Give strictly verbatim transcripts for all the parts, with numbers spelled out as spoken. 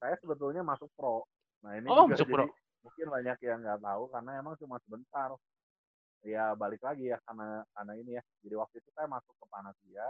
saya sebetulnya masuk pro. Nah ini Oh, juga masuk jadi pro. mungkin banyak yang nggak tahu karena emang cuma sebentar. Ya balik lagi ya karena karena ini ya. Jadi waktu itu saya masuk ke Panasia.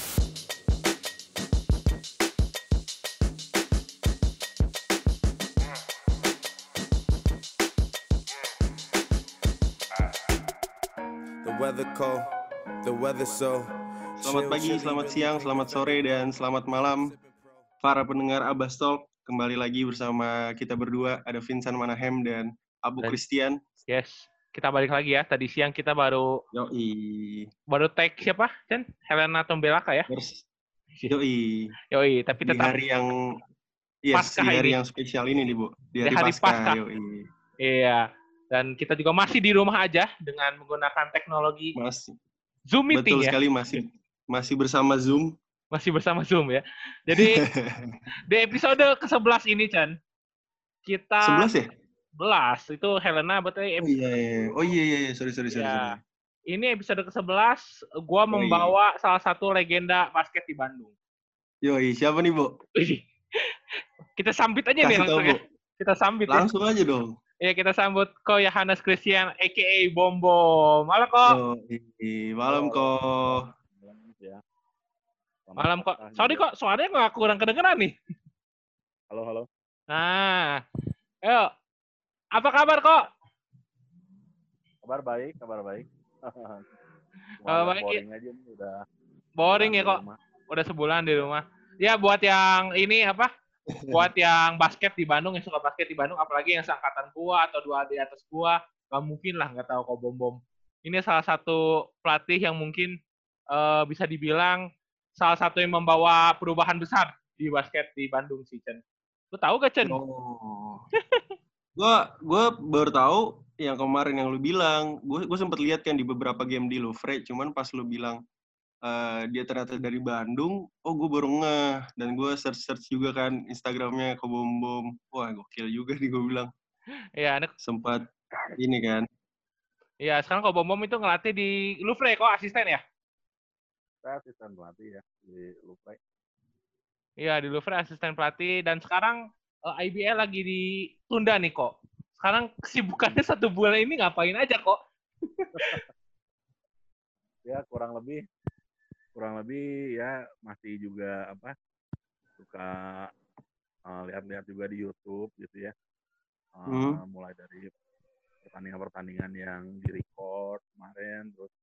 The weather cold, the weather so. Selamat pagi, selamat siang, selamat sore, dan selamat malam para pendengar Abbas Talk. Kembali lagi bersama kita berdua, ada Vincent Manahem dan Abu Dan- Christian. Yes. Kita balik lagi ya. Tadi siang kita baru Yoi. baru tag siapa? Chen? Helena Tombelaka ya? Terus, yoi. Yoi, tapi Di tetap hari yang, yes, Paskah di hari ini. yang spesial ini nih, Bu. Di Di hari, hari Paskah. Paskah, yoi. iya. Dan kita juga masih di rumah aja dengan menggunakan teknologi Masih, Zoom meeting betul ya. sekali, masih masih bersama Zoom. Masih bersama Zoom ya. Jadi di episode ke sebelas ini, Chan, kita sebelas ya? sebelas itu Helena berarti Oh iya, iya. Oh iya, iya, iya. Sorry, sorry, sorry. Ya. sorry. Ini episode ke sebelas, gua Yoi. membawa salah satu legenda basket di Bandung. Yoi, siapa nih, Bu? Wih. Kita sambit aja nih Kasih langsung tahu, ya. Bu. Kita sambit Langsung ya. aja dong. Iya, kita sambut Ko Yohanes Christian, a k a. Bom Bom. Halo, Ko. Yoi, malam kok. Ya. Selamat Malam, Ko. Paskah Sorry, juga. kok. Suaranya nggak kurang kedengeran nih. Halo halo. Nah, ayo. Apa kabar, Kok? Kabar baik, kabar baik. Cuma Kabar agak baik, boring aja nih udah. Boring ya, di Kok. rumah. Udah sebulan di rumah. Ya, buat yang ini apa? Buat yang basket di Bandung, yang suka basket di Bandung, apalagi yang seangkatan gua atau dua di atas gua, nggak mungkin lah nggak tahu kok Bom Bom. Ini salah satu pelatih yang mungkin eh, bisa dibilang salah satu yang membawa perubahan besar di basket di Bandung sih, Chen. Lu tahu gak, Chen? Oh. Gua gua baru tahu yang kemarin yang lu bilang. Gue gue sempet lihat kan di beberapa game di Louvre, cuman pas lu bilang eh, dia ternyata dari Bandung, oh gue baru ngeh. Dan gue search-search juga kan Instagramnya ke Bom Bom. Wah, gokil juga nih gue bilang. Iya, anak. Sempat ini kan. Iya, sekarang kok Bom Bom itu ngelatih di Louvre kok asisten ya? Saya asisten pelatih ya di Louvre. Iya, di Louvre asisten pelatih dan sekarang eh, I B L lagi ditunda nih kok. Sekarang kesibukannya satu bulan ini ngapain aja kok? Ya kurang lebih kurang lebih ya masih juga apa suka uh, lihat-lihat juga di YouTube gitu ya. Uh, Hmm. Mulai dari pertandingan-pertandingan yang di-record kemarin, terus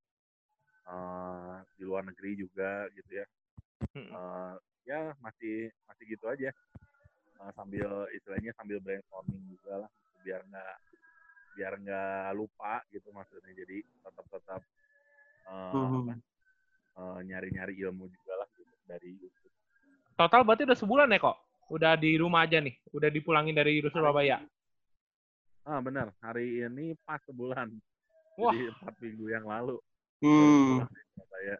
uh, di luar negeri juga gitu ya. Uh, ya masih masih gitu aja. Uh, sambil istilahnya sambil brainstorming juga lah biar nggak biar nggak lupa gitu maksudnya. Jadi tetap tetap uh, Hmm. apa uh, nyari-nyari ilmu juga lah gitu dari YouTube. Total berarti udah sebulan ya kok? Udah di rumah aja nih? Udah dipulangin dari Surabaya? Ah benar, hari ini pas sebulan. Wah. Jadi empat minggu yang lalu. Hmm. Saya.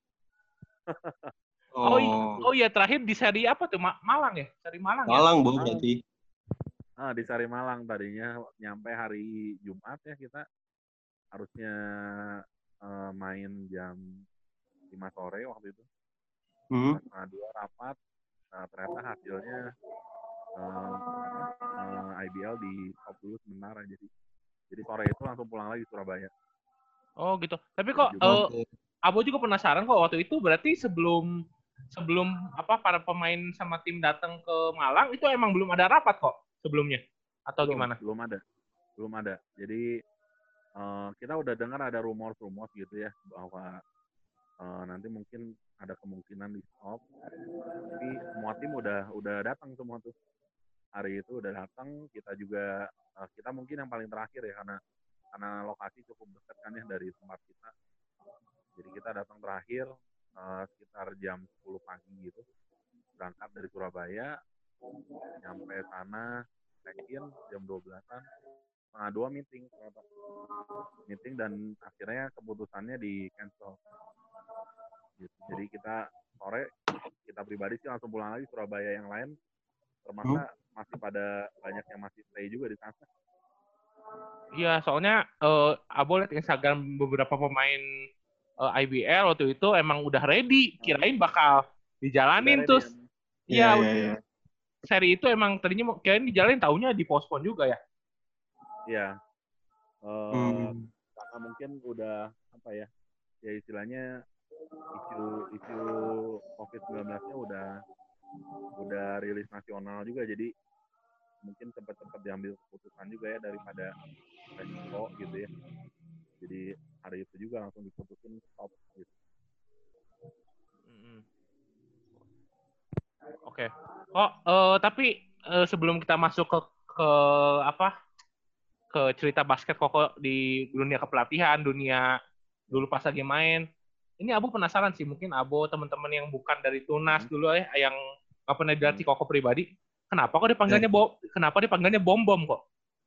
Oh, Oh, i- oh iya terakhir di seri apa tuh? Ma- Malang ya? Seri Malang ya? Malang, Bu, berarti. Ah di Sari Malang tadinya nyampe hari Jumat ya kita harusnya uh, main jam lima sore waktu itu. Hmm. Nah, dua rapat. Nah, ternyata hasilnya uh, uh, I B L di stop dulu sebentar jadi jadi sore itu langsung pulang lagi Surabaya. Oh gitu. Tapi kok Jadi juga- eh, Abo juga penasaran kok waktu itu berarti sebelum sebelum apa para pemain sama tim datang ke Malang itu emang belum ada rapat kok sebelumnya atau belum, gimana? Belum ada, belum ada. Jadi uh, kita udah dengar ada rumor-rumor gitu ya bahwa uh, nanti mungkin ada kemungkinan di stop. Tapi semua tim udah udah datang semua tuh. Hari itu udah datang. Kita juga uh, kita mungkin yang paling terakhir ya karena karena lokasi cukup dekat kan ya dari tempat kita. Jadi kita datang terakhir uh, sekitar jam sepuluh pagi gitu. Berangkat dari Surabaya, nyampe sana check-in jam dua belasan, setengah dua meeting ternyata. Meeting dan akhirnya keputusannya di cancel. Gitu. Jadi kita sore, kita pribadi sih langsung pulang lagi Surabaya, yang lain termasuk Hmm. masih pada banyak yang masih stay juga di sana. Iya, soalnya eh Abo liat Instagram beberapa pemain eh, I B L waktu itu emang udah ready, kirain bakal dijalanin Udah ready, terus. em. Iya, Iya, iya, iya. seri itu emang tadinya mau- kayaknya dijalanin taunya dipospon juga ya. Iya. Eh, Hmm. Karena mungkin udah apa ya? Ya istilahnya isu isu covid sembilan belas-nya udah udah rilis nasional juga, jadi mungkin cepat-cepat diambil keputusan juga ya daripada resiko gitu ya. Jadi hari itu juga langsung diputusin stop gitu. Mm-mm. Oke. Oh, eh, tapi eh, sebelum kita masuk ke ke apa ke cerita basket Koko di dunia kepelatihan, dunia dulu pas lagi main. Ini Abu penasaran sih, mungkin Abu teman-teman yang bukan dari Tunas Hmm. dulu ya, yang nggak pernah Hmm. dilatih Koko pribadi, kenapa kok Eh, dipanggilnya bo, kenapa dipanggilnya bom bom kok?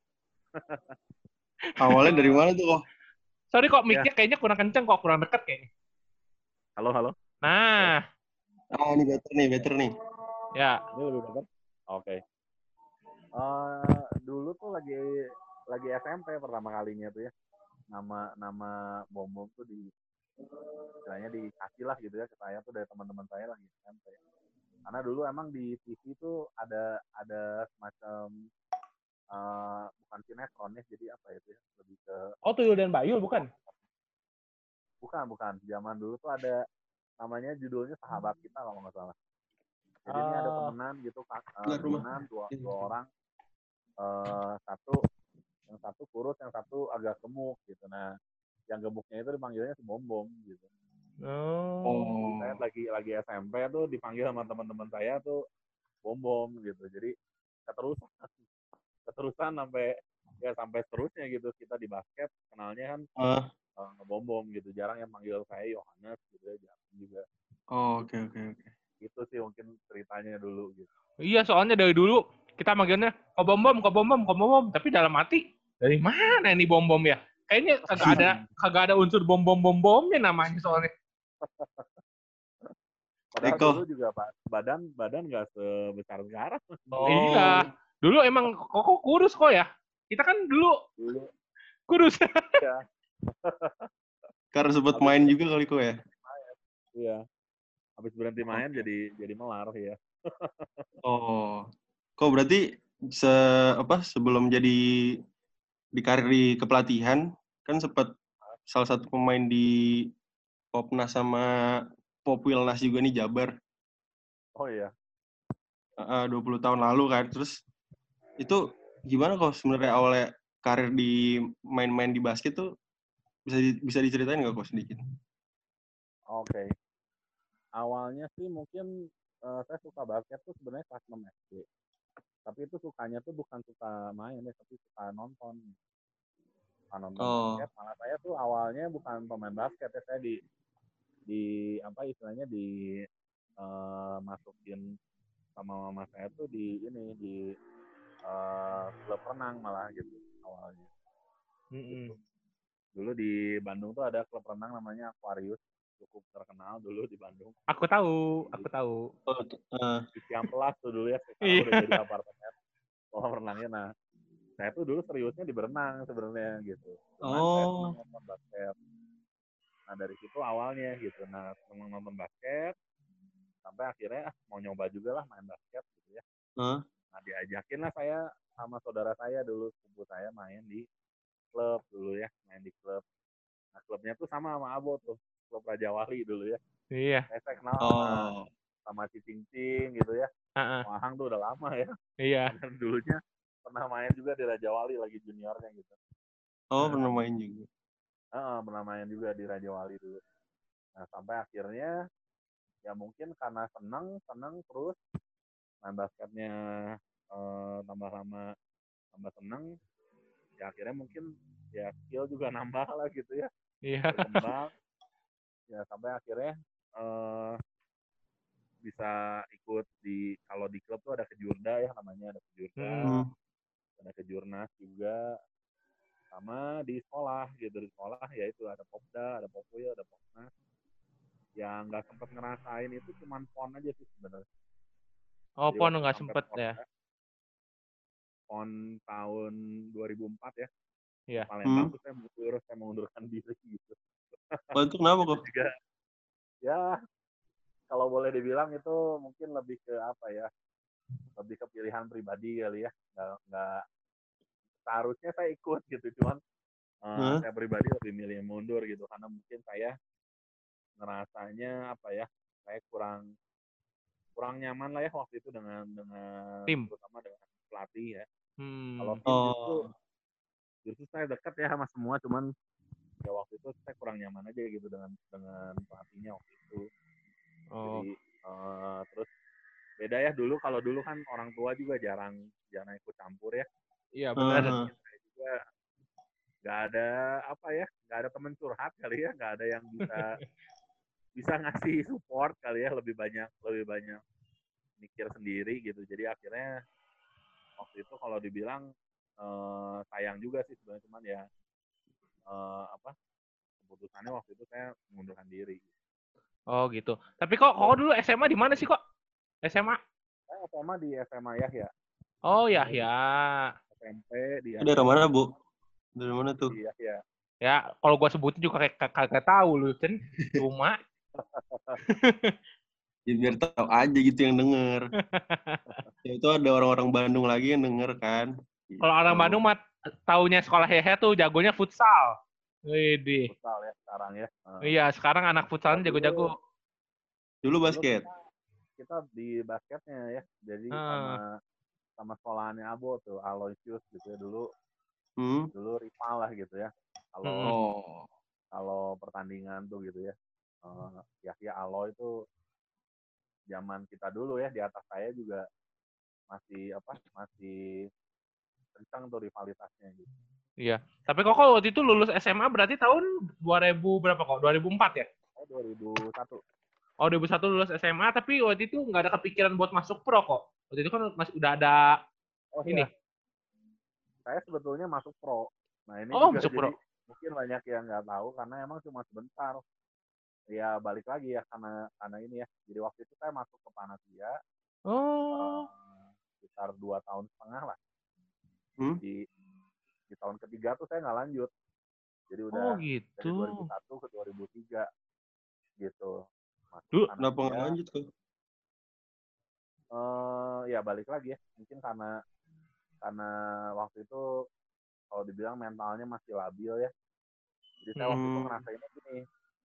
awalnya dari Eh, mana tuh kok? Sorry kok, ya, mic-nya kayaknya kurang kenceng kok, kurang deket kayaknya. halo halo. Nah, Ah, ini better nih, better nih. ya. Ini lebih better. Oke. Eh, dulu tuh lagi lagi S M P pertama kalinya tuh ya. Nama nama bom bom tuh di istilahnya dikasih lah gitu ya ke saya tuh dari teman-teman saya lagi S M P. Karena dulu emang di T V tuh ada ada semacam eh, bukan sinetron ya, jadi apa itu ya, lebih ke Oh, Tuyul dan Bayul bukan? bukan bukan zaman dulu tuh ada namanya judulnya Sahabat Kita kalau nggak salah. Jadi ini ada Oh, temenan gitu, kak- eh, Keluar rumah. temenan dua dua orang, eh, satu yang satu kurus, yang satu agak gemuk gitu. Nah, yang gemuknya itu dipanggilnya si Bom Bom gitu. oh, Jadi saya Oh. lagi lagi S M P tuh dipanggil sama teman-teman saya tuh Bom Bom gitu. Jadi keterusan keterusan sampai ya sampai seterusnya gitu, kita di basket kenalnya kan Ah. uh, Bom Bom gitu. Jarang yang manggil saya Yohanes gitu ya, jarang juga. Oh, oke oke oke. Itu sih mungkin ceritanya dulu gitu. iya soalnya dari dulu kita manggilnya kok bom bom, kok bom bom, kok bom bom, tapi dalam hati dari mana ini bom bom ya? Kayaknya kagak ada kagak ada unsur bom bom bom bomnya namanya soalnya. Padahal Eko. dulu juga Pak badan badan nggak sebesar sekarang. Oh. Iya, dulu emang kok kurus kok ya. Kita kan dulu Dulu kurus. ya. Karena sempat Habis main juga kali kok ya. Iya. Habis berhenti main Oke. jadi jadi melar ya. Oh. Kok berarti se apa sebelum jadi di karir di kepelatihan kan sempat salah satu pemain di Popnas sama Popwilnas juga nih Jabar. Oh iya. Uh, dua puluh tahun lalu kan. Terus itu gimana kok sebenarnya awalnya karir di main-main di basket tuh bisa di, bisa diceritain nggak kok sedikit? Oke. Awalnya sih mungkin uh, saya suka basket tuh sebenarnya kelas enam S D. Tapi itu sukanya tuh bukan suka main ya, tapi suka nonton. Suka nonton Oh. basket. Malah saya tuh awalnya bukan pemain basket ya, saya di di apa istilahnya di uh, masukin sama mama saya tuh di ini di uh, klub renang malah gitu awalnya. Gitu. Dulu di Bandung tuh ada klub renang namanya Aquarius, cukup terkenal dulu di Bandung. Aku tahu, aku tahu. Oh, uh. Di Ciamplas tuh dulu ya, sekarang udah jadi apartemen kolam renangnya. Nah, saya tuh dulu seriusnya di berenang sebenarnya gitu. Cuman oh. saya senang nonton basket. Nah dari situ awalnya gitu. Nah senang nonton basket, sampai akhirnya mau nyoba juga lah main basket gitu ya. Huh? Nah diajakin lah saya sama saudara saya dulu, sepupu saya main di klub dulu ya, main di klub. Nah klubnya tuh sama sama Abo tuh, klub Raja Wali dulu ya. Iya. Saya, saya kenal Oh. sama sama Cicing Cing gitu ya. Uh-uh. Wahang tuh udah lama ya. Iya. Dan dulunya pernah main juga di Raja Wali lagi juniornya gitu. Oh, pernah main juga. Uh, pernah main juga di Raja Wali dulu. Nah sampai akhirnya ya mungkin karena seneng seneng terus main basketnya uh, tambah lama tambah seneng, ya akhirnya mungkin ya skill juga nambah lah gitu ya. Iya. Berkembang ya sampai akhirnya uh, bisa ikut di kalau di klub tuh ada kejurda ya namanya, ada kejurda, Hmm. ada kejurnas juga, sama di sekolah gitu. Di sekolah ya itu ada popda, ada popwil, ada popnas. Yang nggak sempet ngerasain itu cuman pon aja sih sebenarnya. Oh, pon nggak sempet ya? Pon tahun dua ribu empat ya. Iya. Palembang Hmm. tuh saya mundur, saya mengundurkan diri gitu. Oh, itu kenapa kok? Juga ya kalau boleh dibilang itu mungkin lebih ke apa ya, lebih ke pilihan pribadi kali ya, nggak nggak seharusnya saya ikut gitu, cuman uh, Huh? saya pribadi lebih milih mundur gitu karena mungkin saya ngerasanya apa ya, saya kurang kurang nyaman lah ya waktu itu dengan dengan Tim. terutama dengan pelatih ya. Hmm. Kalau tim justru Oh. justru saya dekat ya sama semua, cuman ya waktu itu saya kurang nyaman aja gitu dengan dengan pelatihnya waktu itu. Oh. Jadi uh, terus beda ya dulu, kalau dulu kan orang tua juga jarang jarang ikut campur ya. Iya benar. Uh-huh. Saya juga nggak ada apa ya, nggak ada teman curhat kali ya, nggak ada yang bisa bisa ngasih support kali ya, lebih banyak lebih banyak mikir sendiri gitu. Jadi akhirnya waktu itu kalau dibilang eh, sayang juga sih sebenarnya, cuman ya eh, apa keputusannya waktu itu saya mengundurkan diri. Oh gitu. Tapi kok kok dulu S M A di mana sih kok? S M A? Saya S M A di S M A Yahya. Oh ya ya. S M P di Dari mana, Bu? Dari mana tuh? Di Yahya. Ya, kalau gua sebutin juga kayak kagak tahu lu, Cen. Cuma Ya, biar tahu aja gitu yang denger. Ya, itu ada orang-orang Bandung lagi yang denger kan. kalau orang Gitu. Bandung mah taunya sekolah hehe tuh jagonya futsal. Widih. Futsal ya sekarang ya. Uh, Iya, sekarang anak futsalnya dulu, jago-jago. Dulu dulu basket. kita, kita di basketnya ya. Jadi Ah. sama sama sekolahannya Abo tuh, Aloysius gitu ya dulu. Hmm. Dulu rival lah gitu ya. Kalau Mm-mm. Oh. kalau pertandingan tuh gitu ya. Uh, Yahya Aloy itu zaman kita dulu ya, di atas saya juga masih apa? Masih kencang tuh rivalitasnya gitu. Iya. Tapi kok kok waktu itu lulus S M A berarti tahun dua ribu berapa kok? dua ribu empat ya? Saya dua ribu satu. Oh, dua ribu satu lulus S M A tapi waktu itu nggak ada kepikiran buat masuk pro kok. Waktu itu kan masih udah ada Oh ini. iya. Saya sebetulnya masuk pro. Nah ini Oh, juga masuk pro. jadi mungkin banyak yang nggak tahu karena emang cuma sebentar. Ya balik lagi ya karena karena ini ya. Jadi waktu itu saya masuk ke Panasia. Oh. Uh, sekitar dua tahun setengah lah. Hmm? Di di tahun ketiga tuh saya nggak lanjut. Jadi udah Oh, gitu. dari dua ribu satu ke dua ribu tiga gitu. Masuk Duh, ke Kenapa nggak Panasia. lanjut kok? Uh, ya balik lagi ya. Mungkin karena karena waktu itu kalau dibilang mentalnya masih labil ya. Jadi saya waktu itu Hmm. ngerasainnya gini.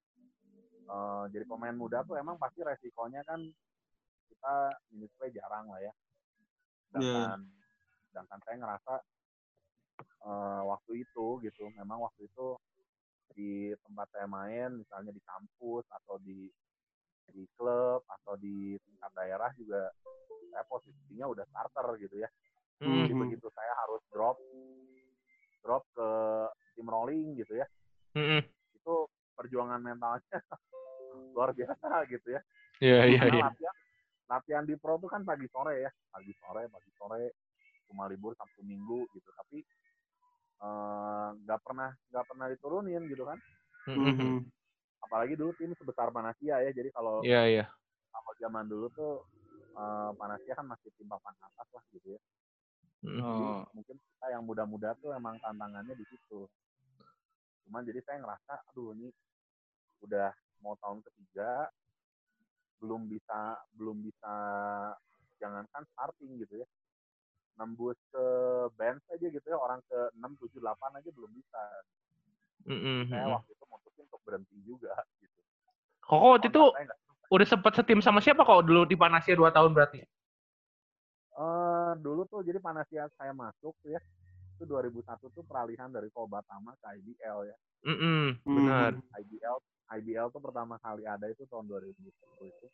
Uh, jadi pemain muda tuh emang pasti resikonya kan kita minute play jarang lah ya. Sedangkan, Yeah. sedangkan saya ngerasa uh, waktu itu gitu, memang waktu itu di tempat saya main, misalnya di kampus atau di di klub atau di tingkat daerah juga saya posisinya udah starter gitu ya. Jadi Hmm. begitu saya harus drop drop ke tim rolling gitu ya, Mm-mm. itu perjuangan mentalnya luar biasa gitu ya. Iya, iya, Karena iya. latihan latihan di pro tuh kan pagi sore ya, pagi sore pagi sore cuma libur Sabtu Minggu gitu, tapi nggak uh, pernah nggak pernah diturunin gitu kan. Mm-mm. Apalagi dulu tim sebesar Panasia ya, jadi kalau Iya, iya. kalau zaman dulu tuh uh, Panasia kan masih tim papan atas lah gitu ya. Mm. Jadi Oh. mungkin kita yang muda-muda tuh emang tantangannya di situ. Cuman jadi saya ngerasa, aduh ini udah mau tahun ketiga belum bisa belum bisa jangankan starting gitu ya, nembus ke bench aja gitu ya, orang ke enam, tujuh, delapan aja belum bisa. Mm-mm. Saya waktu itu mutusin untuk berhenti juga gitu. Kok waktu Oh, itu enggak, udah sempat setim sama siapa kok dulu di Panasia dua tahun berarti? Uh, dulu tuh jadi Panasia saya masuk tuh ya, itu dua ribu satu tuh peralihan dari Kobatama ke I B L ya. Mm-mm. Benar. I B L I B L tuh pertama kali ada itu tahun dua ribu sepuluh itu.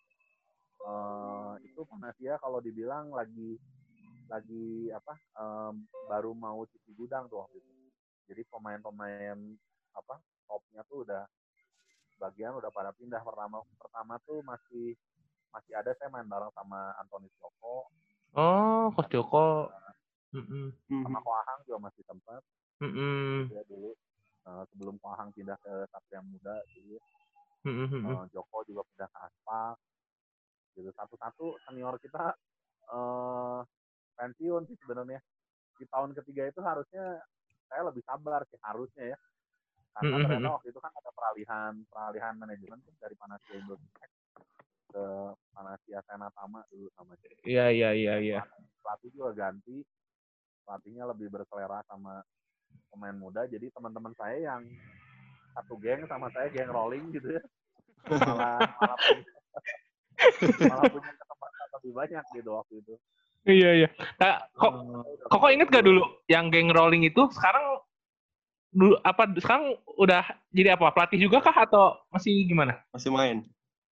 Uh, itu Panasia kalau dibilang lagi lagi apa um, baru mau cuci gudang tuh waktu itu. Jadi pemain-pemain apa topnya tuh udah bagian udah pada pindah. Pertama pertama tuh masih masih ada, saya main bareng sama Antoni Joko. Oh, Coach Joko. Uh, sama Ko Ahang juga masih sempat. Mm-mm. Gitu ya dulu. Uh, sebelum Ko Ahang pindah ke Satria Muda gitu ya. Mm-mm. Uh, Joko juga pindah ke Aspak. Gitu satu-satu senior kita uh, pensiun sih sebenarnya. Di tahun ketiga itu harusnya saya lebih sabar sih harusnya ya. Karena Mm-hmm. ternyata waktu itu kan ada peralihan peralihan manajemen tuh dari Panasia Indonesia ke Panasia Senatama dulu sama dia. Iya, iya, iya, iya. Pelatih juga ganti, pelatihnya lebih berselera sama pemain muda, jadi teman-teman saya yang satu geng sama saya, geng rolling gitu ya, malah malah punya, malah punya kesempatan lebih banyak gitu waktu itu. Iya, iya. Nah, kok kok kok inget gak dulu yang geng rolling itu sekarang dulu apa sekarang udah jadi apa pelatih juga kah atau masih gimana? Masih main.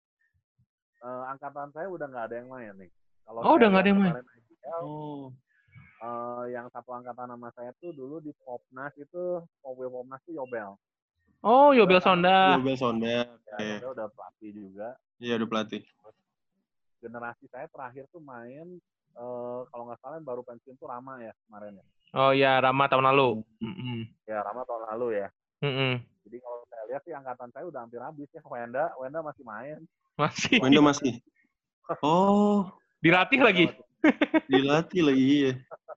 Uh, angkatan saya udah nggak ada yang main nih. Kalau Oh, saya udah nggak ada yang main. I B L, Oh. Uh, yang satu angkatan sama saya tuh dulu di Popnas itu, Popwil Popnas itu Yobel. Oh, Yobel Sonda. Yobel Sonda. Ya, Yobel udah pelatih juga. Iya, udah pelatih. Generasi saya terakhir tuh main, uh, kalau nggak salah baru pensiun tuh Rama ya kemarin ya. Oh iya, Rama tahun lalu. Mm-hmm. Ya, Rama tahun lalu ya. Mm-hmm. Jadi kalau saya lihat sih angkatan saya udah hampir habis ya. Wenda, Wenda masih main. Masih. Wenda masih. Oh. Dilatih lagi. Dilatih lagi, iya.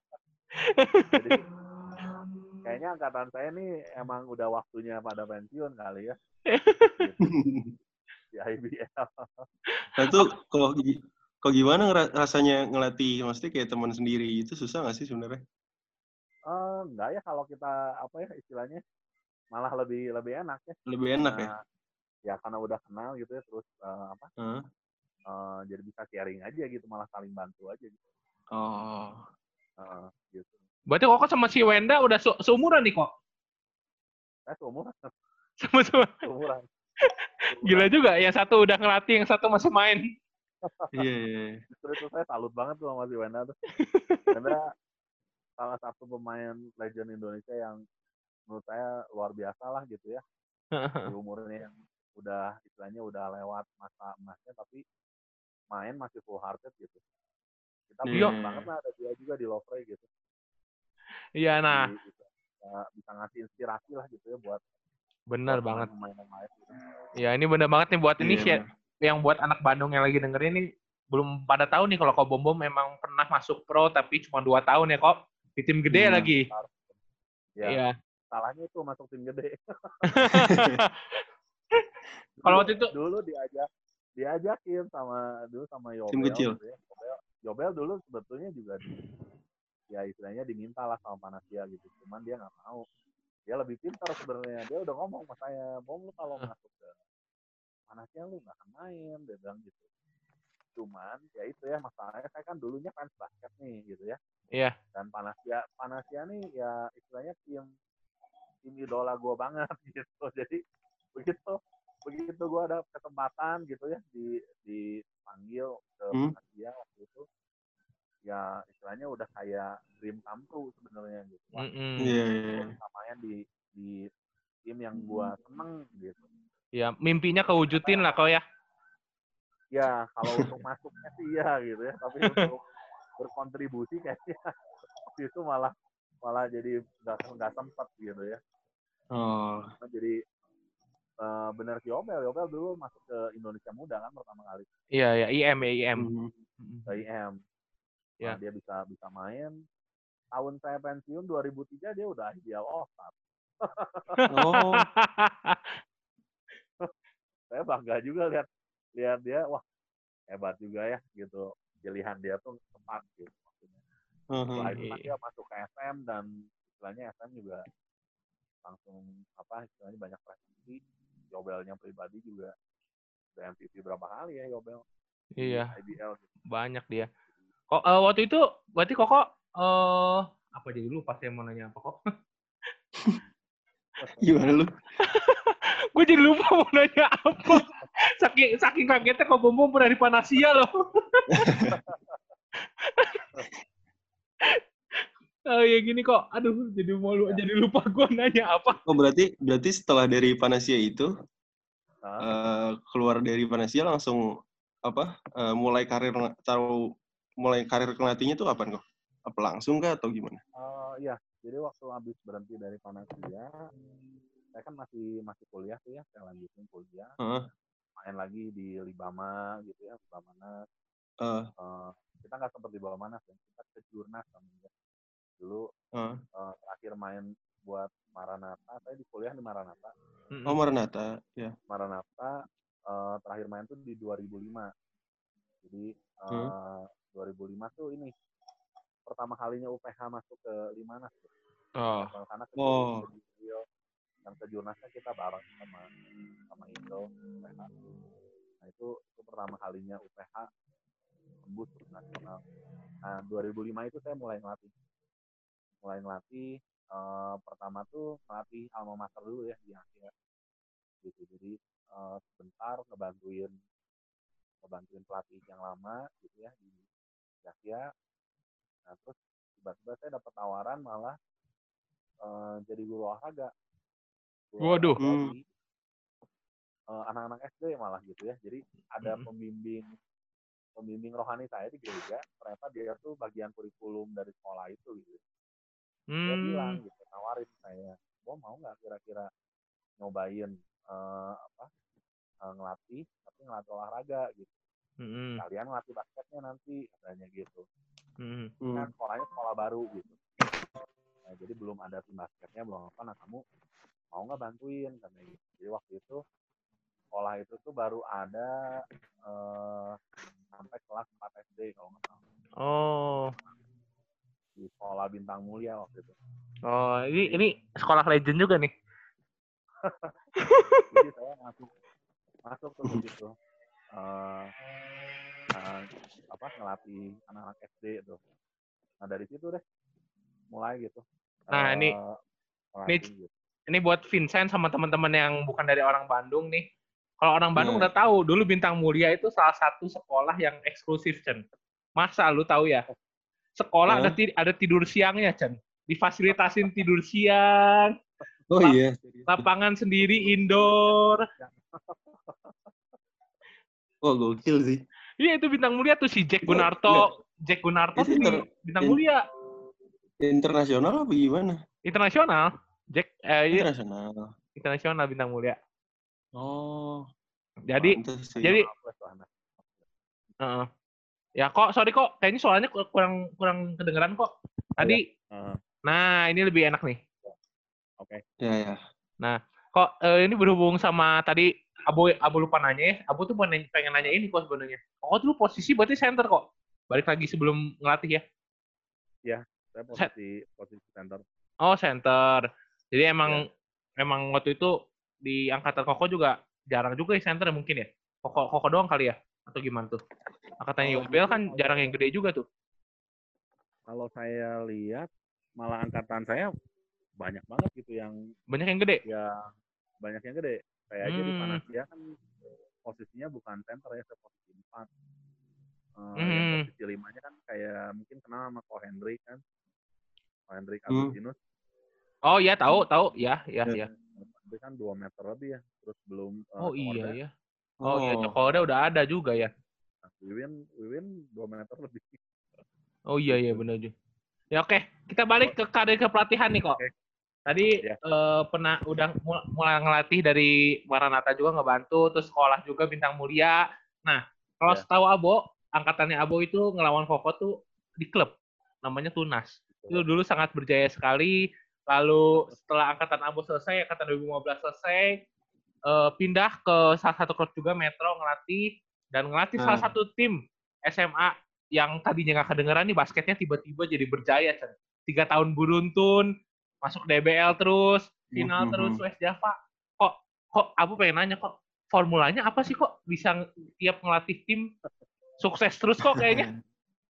Jadi kayaknya angkatan saya nih emang udah waktunya pada pensiun kali ya. Gitu. Di I B L. Nah itu kok kok gimana rasanya ngelatih? Maksudnya kayak teman sendiri itu susah nggak sih sebenarnya? Uh, enggak ya, kalau kita apa ya istilahnya malah lebih lebih enak ya. Lebih enak karena, ya? Ya karena udah kenal gitu ya, terus uh, apa? Uh. Uh, jadi bisa sharing aja gitu, malah saling bantu aja gitu. Oh. Uh, gitu. Berarti kok sama si Wenda udah se seumuran nih kok? Saya seumuran. Sama-sama. Seumuran. Gila juga, yang satu udah ngelatih, yang satu masih main. Iya, iya. Justru itu saya salut banget tuh sama si Wenda tuh. Wenda salah satu pemain legend Indonesia yang menurut saya luar biasa lah gitu ya. Di umurnya yang udah istilahnya udah lewat masa emasnya, tapi main masih full hearted gitu. Kita yeah. beruntung banget lah ada dia juga di Lovre gitu. Iya, nah. Bisa, bisa ngasih inspirasi lah gitu ya buat bener buat banget. Pemain yang lain gitu. Ya ini bener banget nih buat yeah, ini share, yang buat anak Bandung yang lagi dengerin ini belum pada tahu nih kalau Ko Bom Bom memang pernah masuk pro tapi cuma dua tahun ya kok di tim gede hmm. lagi. Ya. Yeah. Salahnya itu masuk tim gede. Kalau waktu itu dulu diajak diajakin sama dulu sama Yobel. Tim kecil. Gitu ya. Yobel, Yobel dulu sebetulnya juga di, ya istilahnya diminta lah sama Panasia gitu. Cuman dia nggak mau. Dia lebih pintar sebenarnya. Dia udah ngomong sama saya, Bom lu kalau masuk ke Panasia lu nggak akan main, dia bilang gitu. Cuman ya itu ya masalahnya saya kan dulunya fans basket nih gitu ya. Iya. Yeah. Dan Panasia Panasia nih ya istilahnya tim tim idola gue banget gitu. Jadi begitu begitu gue ada kesempatan gitu ya di dipanggil ke hmm. Panasia waktu itu ya istilahnya udah kayak dream come true sebenarnya gitu. Wah, mm-hmm. yeah. Samanya di di tim yang gue seneng gitu. Ya mimpinya kewujudin lah kau ya. Ya kalau untuk masuknya sih ya gitu ya, tapi untuk berkontribusi kayaknya itu malah malah jadi nggak nggak sempat gitu ya. Oh. Nah, jadi uh, benar si Yobel, Yobel dulu masuk ke Indonesia Muda kan pertama kali. Iya ya I M ya I M. Mm-hmm. Ke I M. Nah, ya. Dia bisa bisa main. Tahun saya pensiun dua ribu tiga dia udah I B L All-Star. Oh. Saya bangga juga lihat lihat dia, wah hebat juga ya gitu. Pilihan dia tuh tepat gitu maksudnya. Setelah itu kan dia masuk ke S M dan istilahnya S M juga langsung apa istilahnya banyak prestasi. Yobelnya pribadi juga udah M V P berapa kali ya Yobel. Iya. I B L gitu. Banyak dia. Kok uh, waktu itu berarti kok uh, apa jadi lupa saya mau nanya apa kok? Gimana lu? Gue jadi lupa mau nanya apa. Saking saking kagetnya kok Bom Bom pernah di Panasia loh. Oh ya gini kok, aduh jadi mau lu, ya. Jadi lupa gue nanya apa. Oh berarti berarti setelah dari Panasia itu uh, keluar dari Panasia langsung apa uh, mulai karir taruh mulai karir kelatihnya tuh apa kok? Apa langsung kah atau gimana? Uh, iya, jadi waktu habis berhenti dari Panasia, saya kan masih masih kuliah tuh ya, saya lanjutin kuliah, uh. main lagi di Libama gitu ya, Libamanas. Uh. Uh, kita nggak sempat di Libamanas ya, kita ke Jurnas namanya. Dulu uh. Uh, terakhir main buat Maranatha, saya di kuliah di Maranatha. Oh Maranatha, ya. Maranatha uh, terakhir main tuh di dua ribu lima. Jadi Hmm. uh, dua ribu lima tuh ini pertama kalinya U P H masuk ke Limanas tuh. Oh. Karena ke Oh. Jurnasnya dan ke Jurnasnya kita bareng sama sama Indo U P H. Nah itu, itu pertama kalinya U P H tembus ke nasional. Nah dua ribu lima itu saya mulai ngelatih. Mulai ngelatih uh, pertama tuh ngelatih alma mater dulu ya di Asia. Gitu. Jadi uh, sebentar ngebantuin ngebantuin pelatih yang lama gitu ya di Asia. Nah terus tiba-tiba saya dapat tawaran malah uh, jadi guru olahraga. Guru Waduh. olahraga Hmm. di uh, anak-anak S D malah gitu ya. Jadi ada Hmm. pembimbing pembimbing rohani saya di gereja, ternyata dia tuh bagian kurikulum dari sekolah itu gitu. Dia Hmm. bilang gitu, nawarin saya, "Gua mau nggak kira-kira nyobain uh, apa uh, ngelatih, tapi ngelatih olahraga gitu. Hmm. Kalian ngelatih basketnya nanti," katanya gitu. Hmm. Kan sekolahnya sekolah baru gitu. Nah, jadi belum ada tim basketnya, belum apa. Nah kamu mau nggak bantuin katanya gitu. Jadi waktu itu sekolah itu tuh baru ada uh, sampai kelas empat S D kalau nggak salah. Oh. Di sekolah Bintang Mulia waktu itu. Oh, ini Jadi, ini sekolah legend juga nih. jadi saya masuk masuk tuh ke situ. Uh, uh, apa ngelatih anak-anak S D itu. Nah dari situ deh mulai gitu. Nah, Uh, ini ngelatih ini, gitu. ini buat Vincent sama teman-teman yang bukan dari orang Bandung nih. Kalau orang Bandung Nah. udah tahu, dulu Bintang Mulia itu salah satu sekolah yang eksklusif, Chen. Masa lu tahu ya? Sekolah Hah? ada ti- ada tidur siangnya, Chen. Difasilitasin tidur siang. Oh lap- iya. Lapangan sendiri indoor. Wah, gokil sih. Iya itu Bintang Mulia tuh si Jack Itu Gunarto. enggak, Jack Gunarto itu tuh di inter, Bintang in, Mulia. internasional apa gimana? Internasional. Jack eh, iya, Internasional. internasional Bintang Mulia. Oh, Jadi pantes sih. jadi uh, ya kok sorry kok kayaknya suaranya kurang kurang kedengeran kok. Tadi Uh, nah ini lebih enak nih. Oke. Ya ya. Nah, kok eh, ini berhubung sama tadi Abu Abu lupa nanya ya. Abu tuh pengen, pengen nanya ini kok sebenarnya. Kok dulu posisi berarti center kok. Balik lagi sebelum ngelatih ya. Iya, saya Set. posisi posisi center. Oh, center. Jadi emang Ya. emang waktu itu di angkatan Koko juga jarang juga ya center mungkin ya. Koko Koko doang kali ya atau gimana tuh? Angkatannya Oh, Yobel justru kan kalau, jarang yang gede juga tuh. kalau saya lihat malah angkatan saya banyak banget gitu yang Banyak yang gede. ya banyak yang gede. Saya aja di Hmm. Panasia kan posisinya bukan center ya, saya posisi empat. Uh, Hmm. Yang posisi limanya kan kayak mungkin kenal sama Ko Hendrik kan. Ko Hendrik Hmm. Agustinus. Oh iya tahu tahu ya ya ya. Dia kan dua meter lebih ya. Terus belum uh, Oh iya Cokorda. ya. Oh, iya Oh. Cokorda udah ada juga ya. Nah, Wiwin Wiwin dua meter lebih. Oh iya iya Gitu. benar juga. Ya oke, kita balik ke karir kepelatihan nih kok. Oke. Tadi Ya. eh, pernah udah mul- mulai ngelatih dari Maranatha juga ngebantu, terus sekolah juga Bintang Mulia. Nah, kalau Ya. setahu Abo, angkatannya Abo itu ngelawan Koko tuh di klub, namanya Tunas. Itu dulu sangat berjaya sekali. Lalu setelah angkatan Abo selesai, angkatan dua ribu lima belas selesai, eh, pindah ke salah satu klub juga Metro ngelatih dan ngelatih Nah. salah satu tim S M A yang tadinya nggak kedengeran nih basketnya tiba-tiba jadi berjaya, Cen. Tiga tahun beruntun, masuk D B L terus, final Mm-hmm. terus West Java. Kok, kok aku pengen nanya kok formulanya apa sih kok bisa tiap ngelatih tim sukses terus kok kayaknya?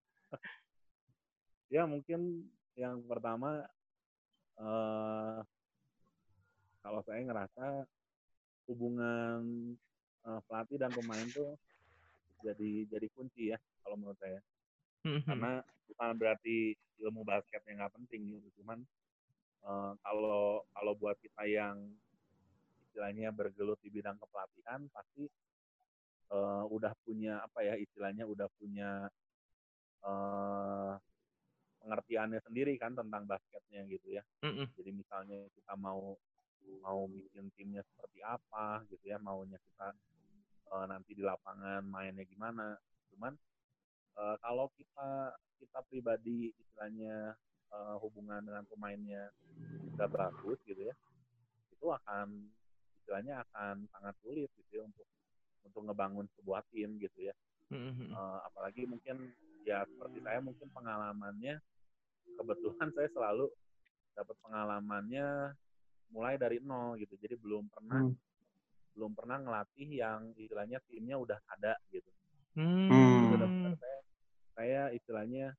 Ya mungkin yang pertama uh, kalau saya ngerasa hubungan uh, pelatih dan pemain tuh jadi jadi kunci ya kalau menurut saya. Karena bukan berarti ilmu basketnya nggak penting gitu, cuman uh, kalau kalau buat kita yang istilahnya bergelut di bidang kepelatihan pasti uh, udah punya apa ya istilahnya udah punya uh, pengertiannya sendiri kan tentang basketnya gitu ya. Jadi misalnya kita mau mau bikin timnya seperti apa gitu ya, maunya kita uh, nanti di lapangan mainnya gimana. Cuman uh, kalau kita kita pribadi istilahnya uh, hubungan dengan pemainnya udah bagus gitu ya, itu akan istilahnya akan sangat sulit gitu ya untuk untuk ngebangun sebuah tim gitu ya. Mm-hmm. Uh, apalagi mungkin ya seperti saya mungkin pengalamannya kebetulan saya selalu dapat pengalamannya mulai dari nol gitu. Jadi belum pernah hmm. belum pernah ngelatih yang istilahnya timnya udah ada gitu. Hmm. Jadi benar-benar saya, saya istilahnya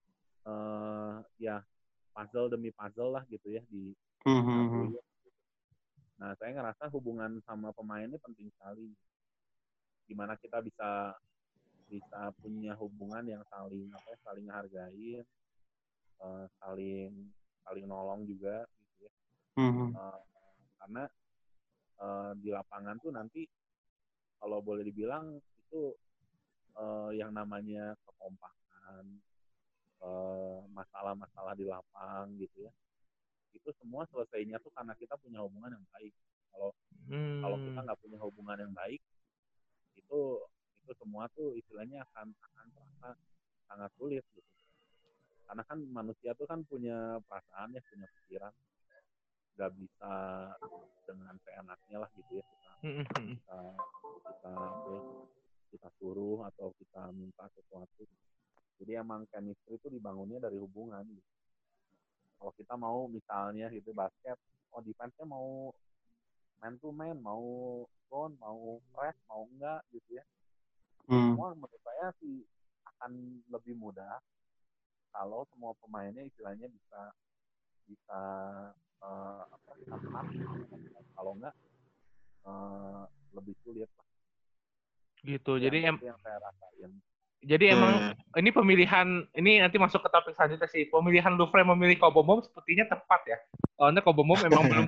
uh, ya puzzle demi puzzle lah gitu ya di hmm. Nah, saya ngerasa hubungan sama pemain ini penting sekali. Gimana kita bisa bisa punya hubungan yang saling apa ya, saling hargain, uh, saling saling nolong juga gitu ya. Mm-hmm. Uh, karena uh, di lapangan tuh nanti kalau boleh dibilang itu uh, yang namanya kekompakan, uh, masalah-masalah di lapang gitu ya. Itu semua selesainya tuh karena kita punya hubungan yang baik. Kalau hmm. kalau kita nggak punya hubungan yang baik, itu itu semua tuh istilahnya akan akan terasa sangat sulit gitu. Karena kan manusia tuh kan punya perasaan ya, punya pikiran, nggak bisa dengan seenaknya lah gitu ya kita kita kita apa, kita suruh atau kita minta sesuatu. Jadi emang chemistry itu dibangunnya dari hubungan gitu. Kalau kita mau misalnya gitu basket, oh defense-nya mau man to man, mau zone, mau press, mau enggak gitu ya. Hmm. Semua menurut saya sih akan lebih mudah kalau semua pemainnya istilahnya bisa bisa uh, apa bisa menang. Kalau enggak uh, lebih sulit lah. Gitu. Itu jadi yang, em- yang saya rasain. Jadi hmm. emang ini pemilihan ini nanti masuk ke topik selanjutnya sih. Pemilihan Lufre memilih Kobomom sepertinya tepat ya. Soalnya Kobomom memang belum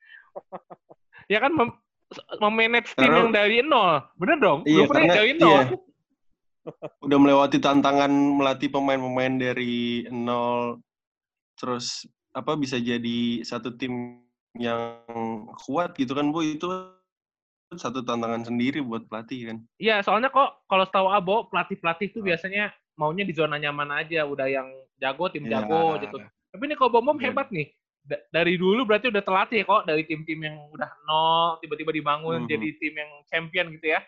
ya kan mem- memanage tim yang dari nol. Bener dong? Iya, Lufre karena, dari nol. Iya. Udah melewati tantangan melatih pemain-pemain dari nol, terus apa bisa jadi satu tim yang kuat gitu kan, Bu, itu satu tantangan sendiri buat pelatih kan. Iya, soalnya kok kalau setahu Abo pelatih-pelatih tuh Oh. biasanya maunya di zona nyaman aja, udah yang jago tim Ya. jago gitu. Tapi ini Kobomom Ya. hebat nih. D- dari dulu berarti udah telatih ya kok dari tim-tim yang udah nol tiba-tiba dibangun Mm-hmm. jadi tim yang champion gitu ya.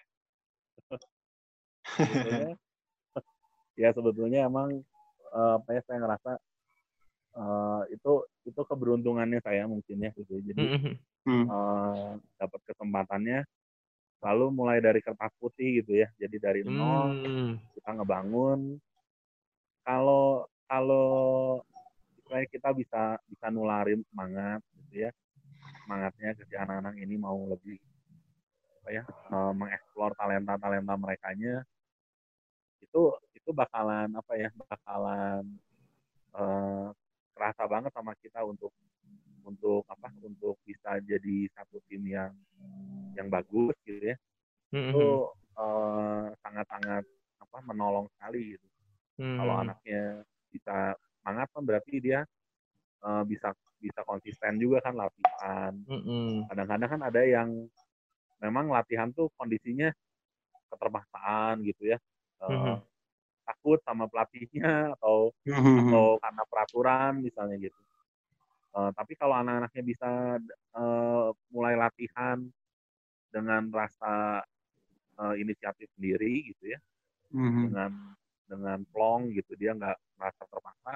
Sebetulnya ya sebetulnya emang uh, apa ya saya ngerasa uh, itu itu keberuntungannya saya mungkin ya gitu. Jadi mm-hmm. uh, dapat kesempatannya lalu mulai dari kertas putih gitu ya. Jadi dari nol hmm. kita ngebangun. Kalau kalau supaya kita bisa bisa nularin semangat gitu ya. Semangatnya ke si anak-anak ini mau lebih apa ya uh, mengeksplor talenta-talenta merekanya. Itu itu bakalan apa ya bakalan uh, kerasa banget sama kita untuk untuk apa untuk bisa jadi satu tim yang yang bagus gitu ya. Mm-hmm. Itu uh, sangat-sangat apa menolong sekali gitu. Mm-hmm. Kalau anaknya bisa semangat kan berarti dia uh, bisa bisa konsisten juga kan latihan. Mm-hmm. Kadang-kadang kan ada yang memang latihan tuh kondisinya keterpaksaan gitu ya. Uh, mm-hmm. Takut sama pelatihnya atau mm-hmm. atau karena peraturan misalnya gitu. Uh, tapi kalau anak-anaknya bisa uh, mulai latihan dengan rasa uh, inisiatif sendiri gitu ya, mm-hmm. dengan dengan plong gitu, dia nggak merasa terpaksa.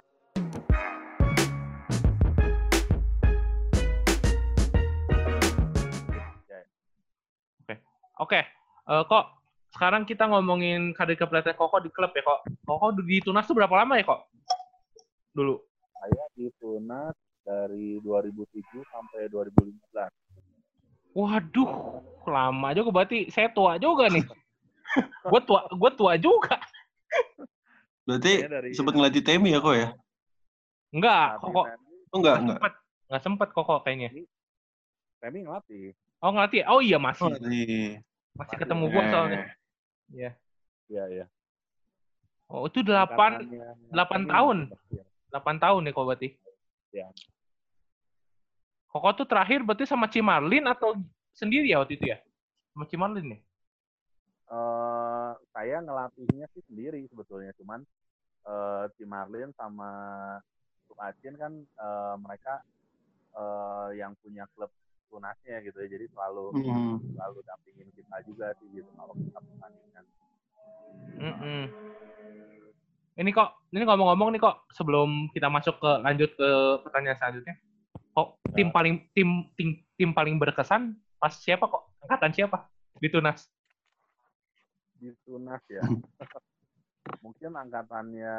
Oke, oke, uh, kok sekarang kita ngomongin karir kepelatihan Koko di klub ya kok. Koko di Tunas tuh berapa lama ya kok? Dulu. Saya di Tunas dari dua ribu tujuh sampai dua ribu lima belas. Waduh, lama juga berarti saya tua juga nih. Gue tua, gue tua juga. Berarti sempat ngelatih Temi ya kok ya? Enggak, Koko. Oh enggak, enggak. Sempet, enggak sempet Koko kayaknya. Temi ngelatih. Oh ngelatih, oh iya masih. Oh, masih. Masih ketemu gue soalnya. Iya. Iya, iya. Oh itu delapan, delapan tahun. delapan tahun ya kok berarti? Iya. Koko tuh terakhir berarti sama Cimarlin atau sendiri ya waktu itu ya? Sama Cimarlin ya? Uh, saya ngelatihnya sih sendiri sebetulnya, cuman uh, Cimarlin sama Sukacin kan uh, mereka uh, yang punya klub Tunasnya gitu ya, jadi selalu mm. selalu dampingin kita juga sih gitu kalau kita pertandingan. Mm-mm. Ini kok, ini ngomong-ngomong nih kok, sebelum kita masuk ke lanjut ke pertanyaan selanjutnya, kok tim paling tim tim tim paling berkesan pas siapa kok? Angkatan siapa di Tunas? Di Tunas ya. Mungkin angkatannya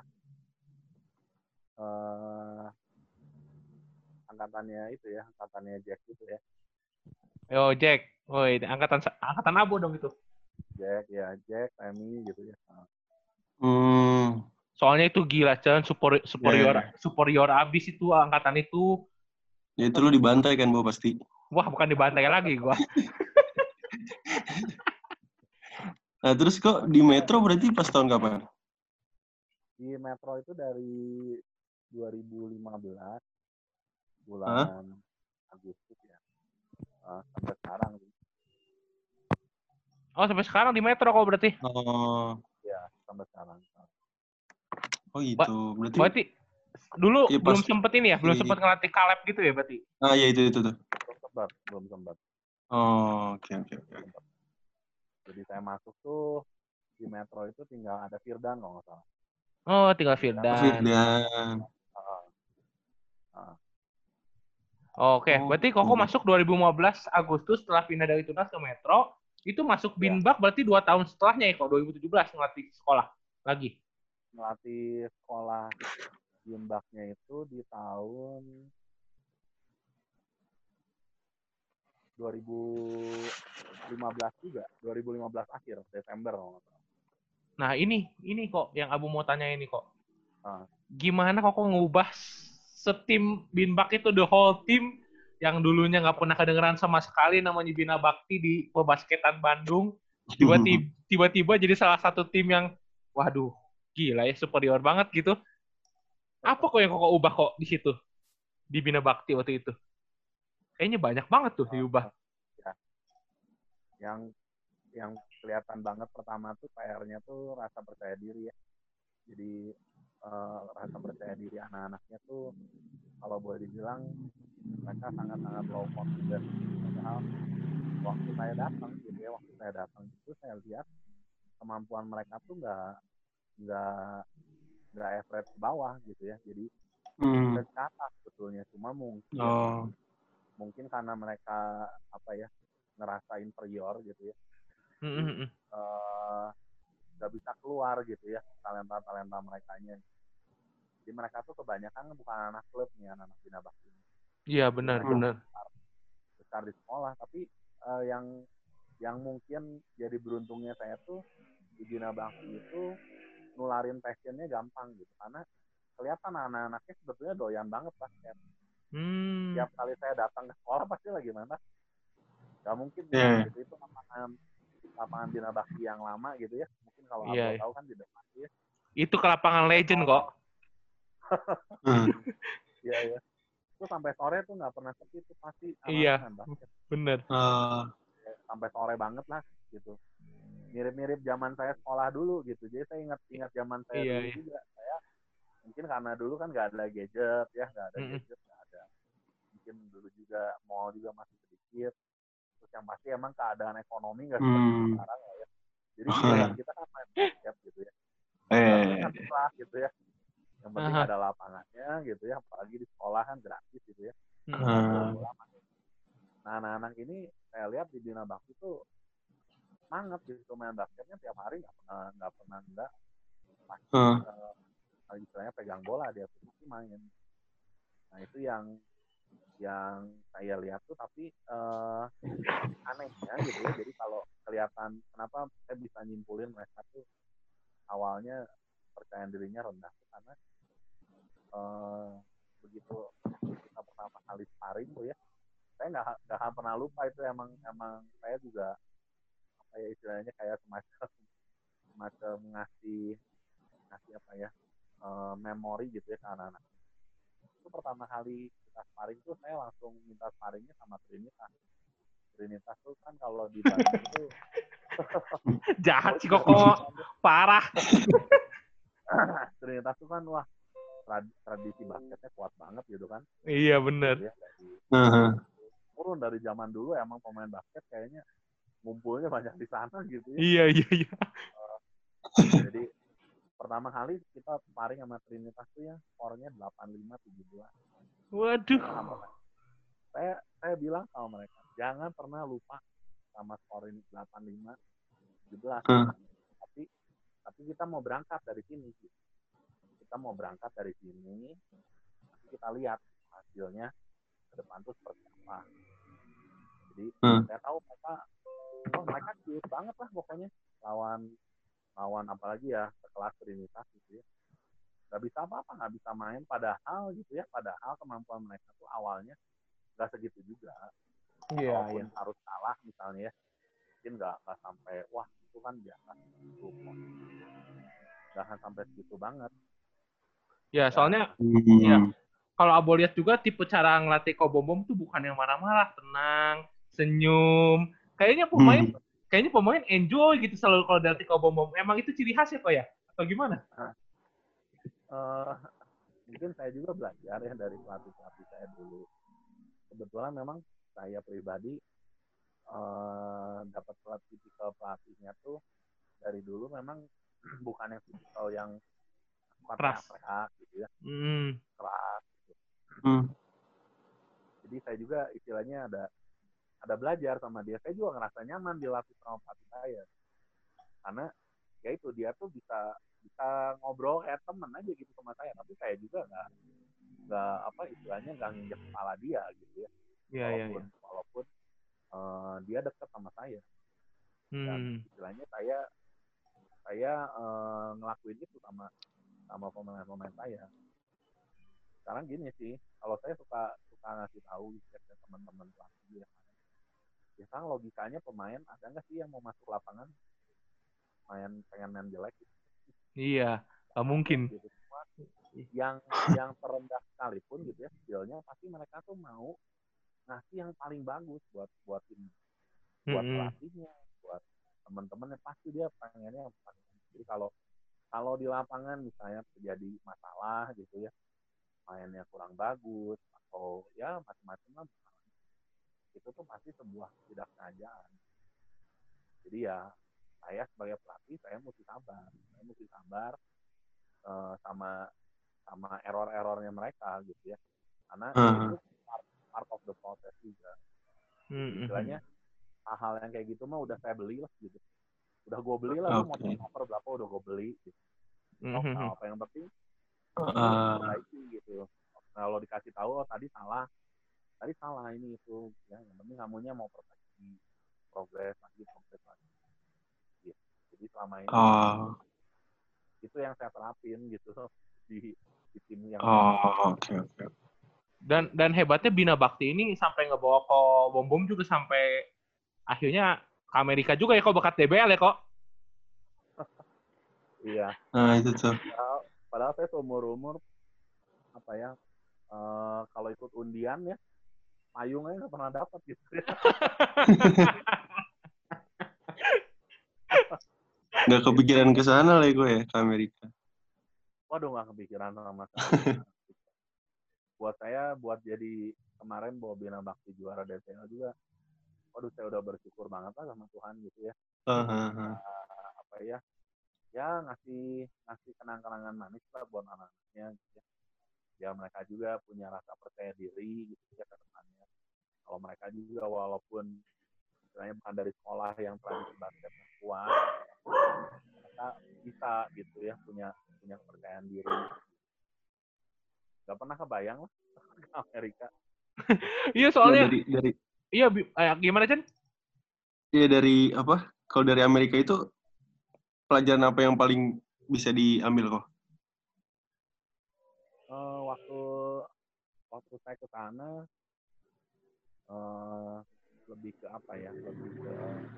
eh angkatannya itu ya, angkatannya Jack itu ya. Yo Jack, woi angkatan angkatan abu dong itu. Jack ya, Jack, Remy gitu ya. Hmm. Soalnya itu gila Chan, superior superior, Yeah. superior abis itu angkatan itu. Ya itu lu dibantai kan, Bo, pasti. Wah, bukan dibantai lagi gua. Nah, terus kok di Metro berarti pas tahun kapan? Di Metro itu dari dua ribu lima belas bulan Hah? Agustus ya. Uh, sampai sekarang. Oh, sampai sekarang di Metro kok berarti. Oh. Ya, sampai sekarang. Oh gitu. Berarti Berarti dulu ya, belum pas, sempet ini ya, belum iya, sempet iya. ngelatih Caleb gitu ya berarti. Ah, iya itu itu tuh. Belum sempat, belum sempat. Oh, oke oke oke. Jadi saya masuk tuh di Metro itu tinggal ada Firdan kalau nggak salah. Oh, tinggal Firdan. Firdan. Uh, uh. Oke, Oh, berarti Koko gitu. masuk dua ribu lima belas Agustus setelah pindah dari Tunas ke Metro, itu masuk Ya. Binbak berarti dua tahun setelahnya ya kok, dua ribu tujuh belas ngelatih sekolah lagi. Melatih sekolah Binbaknya itu di tahun dua ribu lima belas juga, dua ribu lima belas akhir, Desember kalau nggak salah. Nah ini, ini kok yang Abu mau tanya ini kok. Uh. Gimana Koko ngubah setim Binbak itu, the whole team, yang dulunya nggak pernah kedengeran sama sekali namanya Bina Bakti di Pebasketan Bandung, tiba-tiba, tiba-tiba jadi salah satu tim yang, waduh, gila ya, superior banget gitu. Apa kok yang Koko ubah kok di situ, di Bina Bakti waktu itu? Kayaknya banyak banget tuh diubah. Ya. Yang yang kelihatan banget pertama tuh P R-nya tuh rasa percaya diri ya. Jadi uh, rasa percaya diri anak-anaknya tuh kalau boleh dibilang mereka sangat-sangat low confidence. Padahal waktu saya datang gitu ya, waktu saya datang itu saya lihat kemampuan mereka tuh nggak nggak nggak average ke bawah gitu ya. Jadi Hmm. ke atas sebetulnya, cuma mungkin Oh. mungkin karena mereka apa ya ngerasa inferior gitu ya, Mm-hmm. nggak uh, bisa keluar gitu ya talenta talenta merekanya. Jadi mereka tuh kebanyakan bukan anak klub nih, anak-anak Bina Bakti. Iya benar benar. Besar, besar di sekolah, tapi uh, yang yang mungkin jadi beruntungnya saya tuh di Bina Bakti itu nularin passionnya gampang gitu, karena kelihatan anak-anaknya sebetulnya doyan banget basket. Hmm. Tiap kali saya datang ke sekolah pasti lagi mana? Gak mungkin Yeah. gitu, itu lapangan lapangan Bina Bakti yang lama gitu ya. Mungkin kalau yeah. Abel tahu kan di depan ya. Itu ke lapangan legend kok. Iya ya. Itu sampai sore tuh nggak pernah sepi, itu pasti iya, main basket. Bener. Uh. Sampai sore banget lah gitu. Mirip-mirip zaman saya sekolah dulu gitu. Jadi saya ingat-ingat zaman saya iya, dulu iya. juga. Saya mungkin karena dulu kan nggak ada gadget ya, nggak ada Mm-mm. gadget, nggak ada. Mungkin dulu juga mall juga masih sedikit. Terus yang pasti emang keadaan ekonomi nggak seperti Hmm. sekarang lah ya. Jadi pikiran kita kan main basket gitu ya. Eh. Ingat lah gitu ya. Yang penting Aha. ada lapangannya gitu ya. Apalagi di sekolah kan gratis gitu ya. Uh. Nah anak-anak ini saya lihat di Bina Bakti tuh semangat gitu main basketnya tiap hari, nggak pernah nggak pernah enggak pasti Uh. uh, istilahnya pegang bola dia tuh pasti main. Nah itu yang yang saya lihat tuh, tapi uh, anehnya gitu ya. Jadi kalau kelihatan kenapa saya bisa nyimpulin mereka tuh awalnya percaya dirinya rendah tuh karena uh, begitu kita pertama kali sparring tuh ya, saya nggak nggak pernah lupa itu. Emang emang saya juga apa ya istilahnya kayak semacam semacam ngasih ngasih apa ya uh, memori gitu ya ke anak-anak. Itu pertama kali kita sparring tuh saya langsung minta sparringnya sama Trinitas. Trinitas tuh kan kalau di Bandung tuh jahat sih kok parah. Trinitas tuh kan wah tradisi basketnya kuat banget gitu kan. Iya benar. Ya, Uh-huh. turun dari zaman dulu emang pemain basket kayaknya ngumpulnya banyak di sana gitu ya. Iya, iya, iya. Uh, jadi pertama kali kita sparring sama Trinitas tuh ya skornya delapan lima tujuh belas. Waduh. Saya saya bilang sama mereka, jangan pernah lupa sama skor ini delapan lima tujuh belas. Hmm. Tapi tapi kita mau berangkat dari sini. Kita mau berangkat dari sini, nanti kita lihat hasilnya ke depan tuh seperti apa. Jadi hmm. saya tahu mereka, oh mereka serius banget lah pokoknya lawan lawan apalagi ya sekelas Trinitas gitu ya. Gak bisa apa-apa, gak bisa main padahal gitu ya, padahal kemampuan mereka tuh awalnya gak segitu juga. Iya, Walaupun iya. harus kalah misalnya ya, mungkin gak, gak sampai, wah itu kan biasa. Gak akan sampai segitu banget. Ya, soalnya hmm. ya kalau Abo lihat juga tipe cara ngelatih Ko Bom Bom tuh bukan yang marah-marah, tenang, senyum. Kayaknya pemain hmm. kayaknya pemain enjoy gitu selalu kalau dilatih Ko Bom Bom. Emang itu ciri khas ya kok ya? Atau gimana? Nah, uh, mungkin saya juga belajar ya dari pelatih-pelatih saya dulu. Kebetulan memang saya pribadi uh, dapat pelatih tipikal pelatihnya tuh dari dulu memang bukan yang tipikal yang keras gitu ya, hmm. keras. Gitu. Hmm. Jadi saya juga istilahnya ada ada belajar sama dia. Saya juga ngerasa nyaman dilatih sama pelatih saya, karena ya itu dia tuh bisa bisa ngobrol kayak temen aja gitu sama saya. Tapi saya juga nggak nggak apa istilahnya nggak nginjek kepala dia gitu ya. Yeah, walaupun yeah, yeah. walaupun uh, dia dekat sama saya dan hmm. istilahnya saya saya uh, ngelakuin itu sama sama pemain-pemain saya. Sekarang gini sih, kalau saya suka suka ngasih tahu ke teman-teman pelatih ya, ya sekarang logikanya pemain ada nggak sih yang mau masuk lapangan main pengen main jelek gitu? Iya, nggak mungkin. Gitu. Yang yang terendah sekalipun gitu ya, skillnya pasti mereka tuh mau ngasih yang paling bagus buat buat tim, buat mm-hmm. pelatihnya, buat teman-temannya, pasti dia pengennya yang paling bagus. Jadi kalau kalau di lapangan misalnya terjadi masalah gitu ya, mainnya kurang bagus atau ya macam-macam lah, itu tuh pasti sebuah ketidaksengajaan. Jadi ya saya sebagai pelatih saya mesti sabar, saya mesti sabar uh, sama sama error-errornya mereka gitu ya, karena uh. itu part, part of the process juga. Jadi istilahnya hal-hal yang kayak gitu mah udah saya beli lah gitu, udah gue beli lah, okay. Lu mau turnover berapa udah gue beli gitu. Oh, nah, apa yang penting uh. perbaiki gitu. Kalau dikasih tahu oh tadi salah, tadi salah ini itu ya, yang penting kamunya mau perbaiki, progres lagi, progres lagi. Gitu. Jadi selama ini uh. itu yang saya terapin gitu di di tim yang oh oke okay, oke okay. dan dan hebatnya Bina Bakti ini sampai ngebawa Ko Bom Bom juga sampai akhirnya ke Amerika juga ya kok, bakat D B L ya kok. Iya. Nah itu tuh padahal, padahal saya seumur-umur apa ya uh, kalau ikut undian ya payungnya nggak pernah dapat gitu ya. Nggak kepikiran ke sana lah gue ya, ke Amerika. Waduh, nggak kepikiran sama sekali. Buat saya, buat jadi kemarin bawa Bina Bakti juara D P L juga, waduh saya udah bersyukur banget lah sama Tuhan gitu ya. Uh-huh. Uh, apa ya, ya ngasih ngasih kenang-kenangan manis lah buat anak-anaknya gitu ya. Biar mereka juga punya rasa percaya diri gitu ya ke depannya. Kalau mereka juga walaupun istilahnya bukan dari sekolah yang tradisi basket yang kuat, mereka bisa gitu ya punya punya kepercayaan diri. Gak pernah kebayang lah ke Amerika. Iya soalnya. Nah, dari dari. Iya eh, gimana Chan? Iya dari apa? Kalau dari Amerika itu pelajaran apa yang paling bisa diambil kok? Uh, waktu waktu saya ke sana uh, lebih ke apa ya? Lebih ke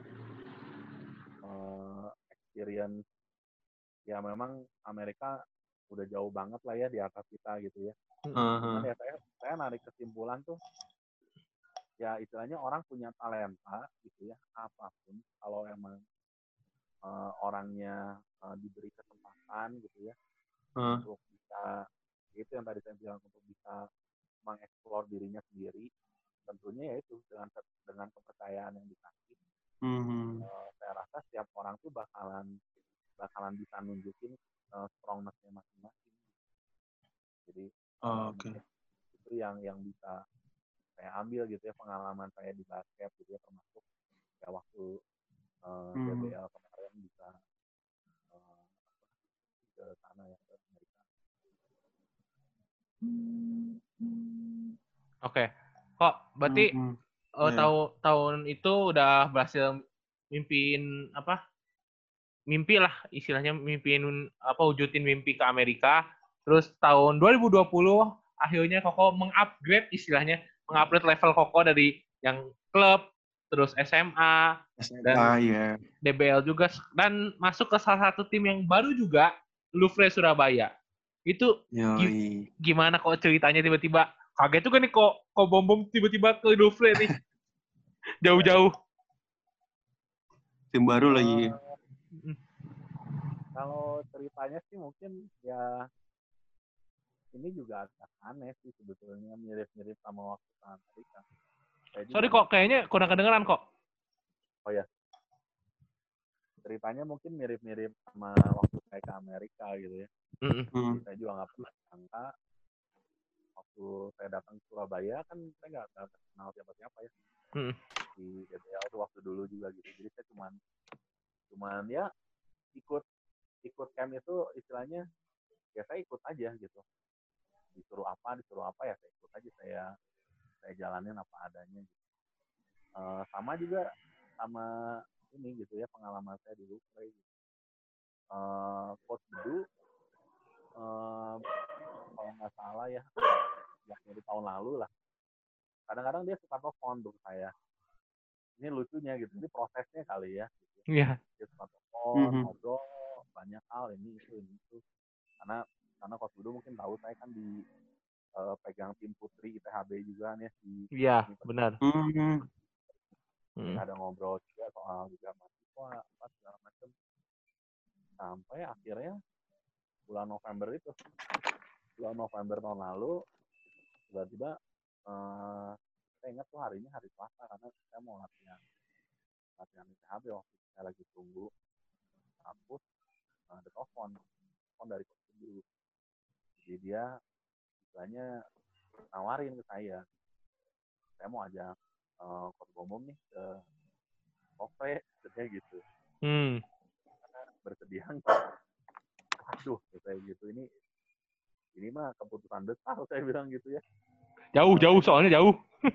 uh, experience. Ya memang Amerika udah jauh banget lah ya di atas kita gitu ya. Uh-huh. Cuman ya saya saya narik kesimpulan tuh ya istilahnya orang punya talenta gitu ya, apapun kalau emang uh, orangnya uh, diberi kesempatan gitu ya uh. untuk bisa, itu yang tadi saya bilang, untuk bisa mengeksplor dirinya sendiri, tentunya ya itu dengan dengan kepercayaan yang dikasih Mhm. uh, saya rasa setiap orang tuh bakalan bakalan bisa nunjukin uh, strongness-nya masing-masing. Jadi uh, Oh, oke. mungkin itu yang yang bisa saya ambil gitu ya, pengalaman saya di basket gitu ya, termasuk ya waktu uh, Mhm. D B L kemarin bisa uh, ke sana ya, ke Amerika. Oke. Kok berarti Mhm. oh, Iya. tahu tahun itu udah berhasil mimpin apa? Mimpi lah istilahnya mimpin apa wujudin mimpi ke Amerika. Terus tahun dua ribu dua puluh akhirnya Koko mengupgrade istilahnya, mengupgrade level Koko dari yang klub, terus S M A dan S M A ya. D B L juga dan masuk ke salah satu tim yang baru juga, Louvre Surabaya. Itu gi- Yoi. gimana kok ceritanya tiba-tiba kaget juga nih kok kok bom bom tiba-tiba ke Louvre nih jauh-jauh. Tim baru lagi. Uh, kalau ceritanya sih mungkin ya ini juga agak aneh sih sebetulnya, mirip-mirip sama waktu ke Amerika. Saya juga Sorry kok nggak tahu. kayaknya kurang kedengeran kok. Oh ya, ceritanya mungkin mirip-mirip sama waktu saya ke Amerika gitu ya. Mm-mm. Jadi Hmm. saya juga nggak pernah sangka waktu saya datang ke Surabaya, kan saya nggak nggak kenal siapa-siapa ya Mm-mm. di D B L tuh waktu dulu juga gitu. Jadi saya cuman cuman ya ikut ikut camp itu istilahnya ya saya ikut aja gitu. Disuruh apa disuruh apa ya saya ikut aja, saya saya jalanin apa adanya gitu. Uh, sama juga sama ini gitu ya, pengalaman saya di Louvre gitu. Uh, Coach Bedu uh, kalau nggak salah ya, ya dari tahun lalu lah, kadang-kadang dia suka telepon tuh saya, ini lucunya gitu, ini prosesnya kali ya gitu. Iya. Dia suka telepon, Mhm. ngobrol banyak hal, ini itu ini itu karena karena Coach Bedu mungkin tahu saya kan di uh, pegang tim putri I T H B juga nih di Iya, Universitas. benar. Mhm. Mm. Ada ngobrol juga soal juga mahasiswa apa segala macam, sampai akhirnya bulan November itu bulan November tahun lalu tiba-tiba uh, saya ingat tuh harinya hari Selasa karena saya mau latihan latihan I T H B waktu itu, saya lagi tunggu kampus, uh, ada telepon telepon dari Coach Bedu. Jadi dia istilahnya nawarin ke saya, saya mau ajak uh, Coach Bomom nih ke Louvre katanya gitu, Hmm. bersedia nggak? Waduh kayak gitu, ini ini mah keputusan besar saya bilang gitu ya. Jauh, Uh, jauh saya soalnya jauh.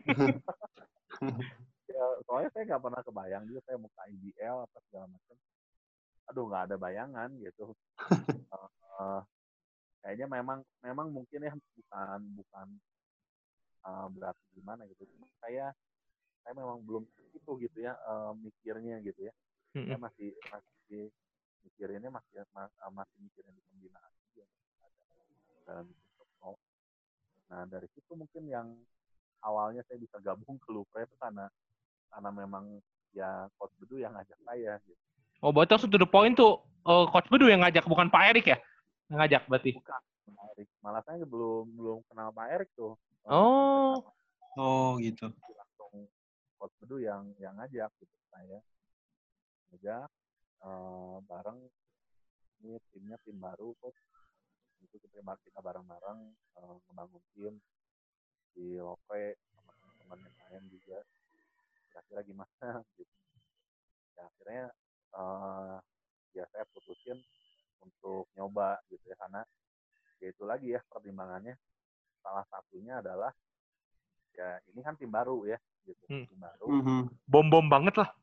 ya, soalnya saya nggak pernah kebayang juga saya mau ke I B L apa segala macam. Aduh nggak ada bayangan gitu. Uh, uh, kayaknya memang memang mungkin ya bukan bukan uh, berarti gimana gitu. Saya saya memang belum itu gitu ya, uh, mikirnya gitu ya. Mm-mm. Saya masih masih mikirinnya masih masih mikirin di pembinaan juga dalam itu. Nah dari situ mungkin yang awalnya saya bisa gabung ke Louvre itu karena karena memang ya Coach Bedu yang ngajak saya gitu. Oh, berarti langsung to the point tuh uh, Coach Bedu yang ngajak, bukan Pak Erik ya? Yang ngajak berarti. Bukan Pak Erik, malah saya belum belum kenal Pak Erik tuh, uh, sampai Oh. sana Oh gitu. langsung Coach Bedu yang yang ngajak gitu, saya ngajak uh, bareng, ini timnya tim baru Coach, itu kita kita bareng-bareng uh, ngebangun tim di Louvre sama teman-teman yang lain juga, kira-kira gimana gitu. Ya akhirnya uh, ya saya putusin untuk nyoba gitu ya, karena ya itu lagi ya pertimbangannya, salah satunya adalah ya ini kan tim baru ya gitu, Hmm. tim baru. Mhm. Bom-bom banget lah.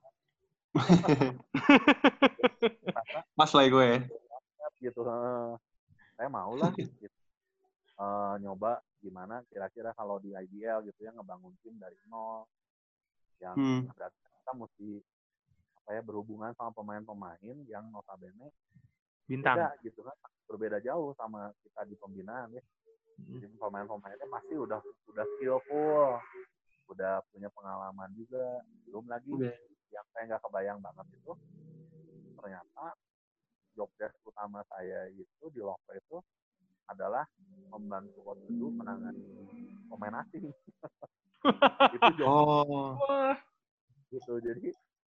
Pas lah gue ya. Gitu, uh, saya mau lah gitu. Uh, nyoba gimana kira-kira kalau di I B L gitu ya, ngebangun tim dari nol, yang Hmm. berarti kita mesti apa ya, berhubungan sama pemain-pemain yang notabene Bintang. beda gitu kan, berbeda jauh sama kita di pembinaan ya. Jadi pemain-pemainnya pasti udah udah skillful, udah punya pengalaman juga, belum lagi Okay. yang saya nggak kebayang banget itu ternyata job desk utama saya itu di Louvre itu adalah membantu Coach Bedu menangani pemain asing. Itu job Oh. Wah. gitu. Jadi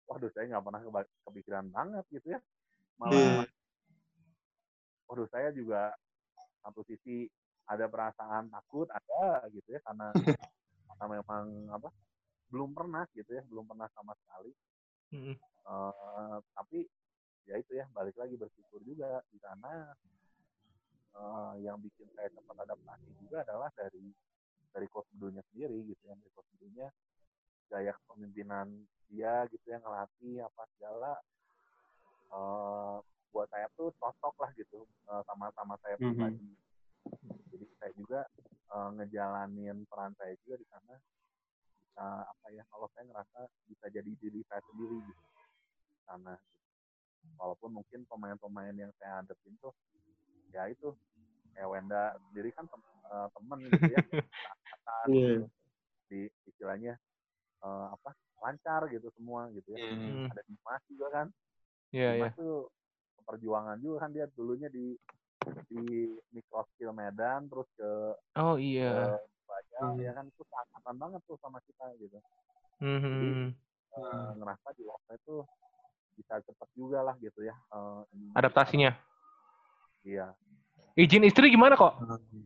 waduh saya nggak pernah keba- kepikiran banget gitu ya. Iya. Malah, waduh saya juga satu sisi ada perasaan takut ada gitu ya karena karena memang apa belum pernah gitu ya belum pernah sama sekali. Mm-mm. Eh, tapi ya itu ya balik lagi bersyukur juga di sana. Eh, yang bikin saya cepat adaptasi juga adalah dari dari coach Bedunya sendiri gitu ya, dari coach Bedunya gaya kepemimpinan dia gitu ya ngelatih apa segala. Eh, buat saya tuh cocok lah gitu eh, sama-sama saya Mhm. pribadi. Jadi saya juga eh, ngejalanin peran saya juga di sana bisa apa ya kalau saya ngerasa bisa jadi diri saya sendiri gitu di sana. Walaupun mungkin pemain-pemain yang saya hadapin tuh ya itu kayak Wenda sendiri kan tem- eh, temen gitu ya, angkatan Iya. gitu, di istilahnya eh, apa lancar gitu semua gitu ya. Iya. Mm. Ada Dimas juga kan, Iya, iya. Dimas tuh perjuangan juga kan dia dulunya di di Mikroskill Medan terus ke Oh ke iya. Bajal Mhm. ya kan itu seangkatan banget tuh sama kita gitu. Jadi Mhm. eh, ngerasa di waktu itu bisa cepet juga lah gitu ya. eh, ininya, Adaptasinya. Iya, Izin istri gimana kok?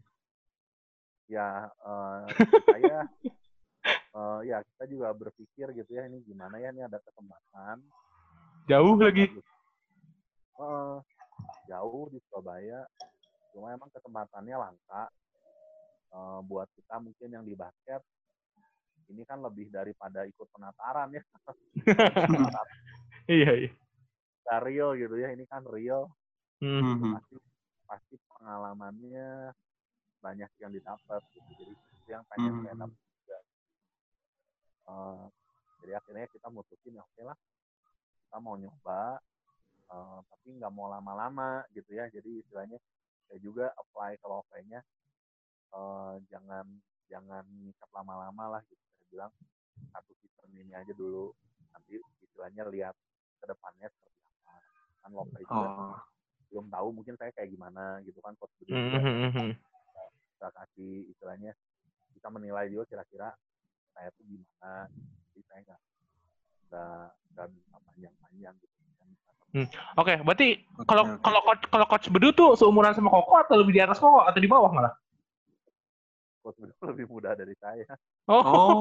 ya eh, istri saya eh, ya kita juga berpikir gitu ya ini gimana ya ini ada kesempatan Jauh sangat lagi. bagus. Eh, jauh di Surabaya, cuma emang kesempatannya langka. Eh, buat kita mungkin yang di basket ini kan lebih daripada ikut penataran ya. Penataran Iya, iya. nggak real gitu ya, ini kan real. Hmm. Mhm. Pasti pasti pengalamannya banyak yang didapat gitu. Jadi itu yang pengen saya Mhm. dapat juga. Eh, jadi akhirnya kita mutusin ya oke lah kita mau nyoba eh, tapi nggak mau lama-lama gitu ya. Jadi istilahnya saya juga apply ke Lovre-nya eh, jangan jangan ngikat lama-lama lah gitu. Saya bilang satu season ini aja dulu nanti istilahnya lihat ke depannya seperti apa. Kan Lovre juga Oh. belum tahu mungkin saya kayak gimana gitu kan. Coach Bedu juga Mhm. bisa kasih istilahnya bisa menilai juga kira-kira saya tuh gimana. Jadi saya nggak nggak nggak bisa panjang-panjang gitu. Hmm. Oke, berarti Oke, kalau oke. kalau coach kalau coach Bedu tuh seumuran sama Koko atau lebih di atas Koko atau di bawah malah? Coach Bedu lebih muda dari saya. Oh. Oh.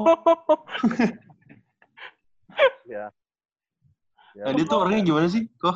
Ya. Ya, Nah, dia tuh orangnya gimana sih? Kok?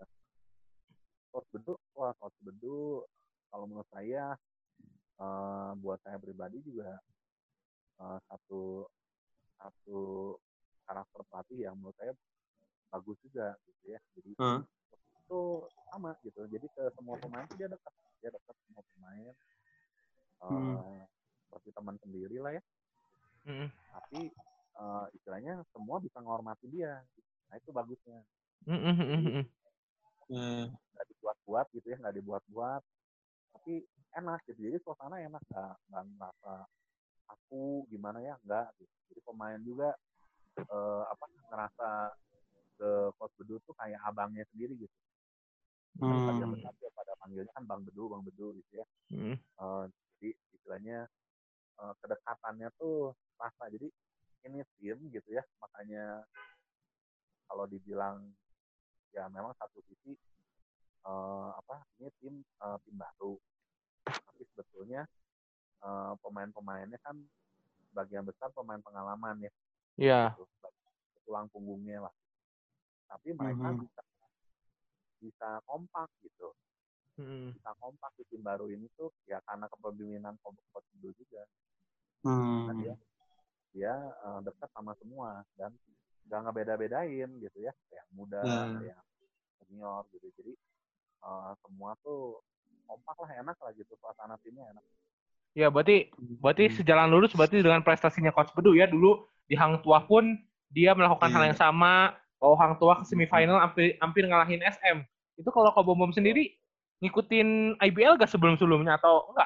Coach Bedu, wah Coach Bedu kalau menurut saya eh, buat saya pribadi juga eh, satu satu karakter pelatih yang menurut saya bagus juga gitu ya. Jadi Hah? itu sama gitu. Jadi ke semua pemain tuh dia dekat, dia dekat semua pemain. Hmm. Eh, seperti teman sendiri lah ya. Mhm. Tapi eh, istilahnya semua bisa menghormati dia. Nah itu bagusnya. Mhm. Eh, Nggak dibuat-buat gitu ya, nggak dibuat-buat. Tapi enak gitu. Jadi suasana enak, nggak nggak merasa aku gimana ya, nggak. Gitu. Jadi pemain juga eh, apa ngerasa ke Coach Bedu tuh kayak abangnya sendiri gitu. Kan sebagian Hmm. besar dia pada panggilnya kan Bang Bedu, Bang Bedu gitu ya. Mhm. Eh, jadi istilahnya eh, kedekatannya tuh rasa. Jadi ini tim gitu ya. Makanya kalau dibilang ya memang satu sisi eh, apa ini tim eh, tim baru. Tapi sebetulnya eh, pemain-pemainnya kan sebagian besar pemain pengalaman ya Iya. gitu. Tulang punggungnya lah. Tapi mereka Mhm. bisa bisa kompak gitu. Mhm. Bisa kompak di tim baru ini tuh ya karena kepemimpinan Coach Bedu juga. Karena dia Hmm. dia uh, dekat sama semua dan nggak ngebeda-bedain gitu ya. Yang muda, Ya. yang senior gitu. Jadi uh, semua tuh kompak lah, enak lah gitu. Suasana timnya enak. Ya, berarti berarti Hmm. sejalan lurus berarti dengan prestasinya coach Bedu ya. Dulu di Hang Tuah pun dia melakukan hal yang Iya. sama. Bawa Hang Tuah ke semifinal hampir hampir ngalahin S M. Itu kalau Kak Bom Bom sendiri ngikutin I B L gak sebelum-sebelumnya atau enggak?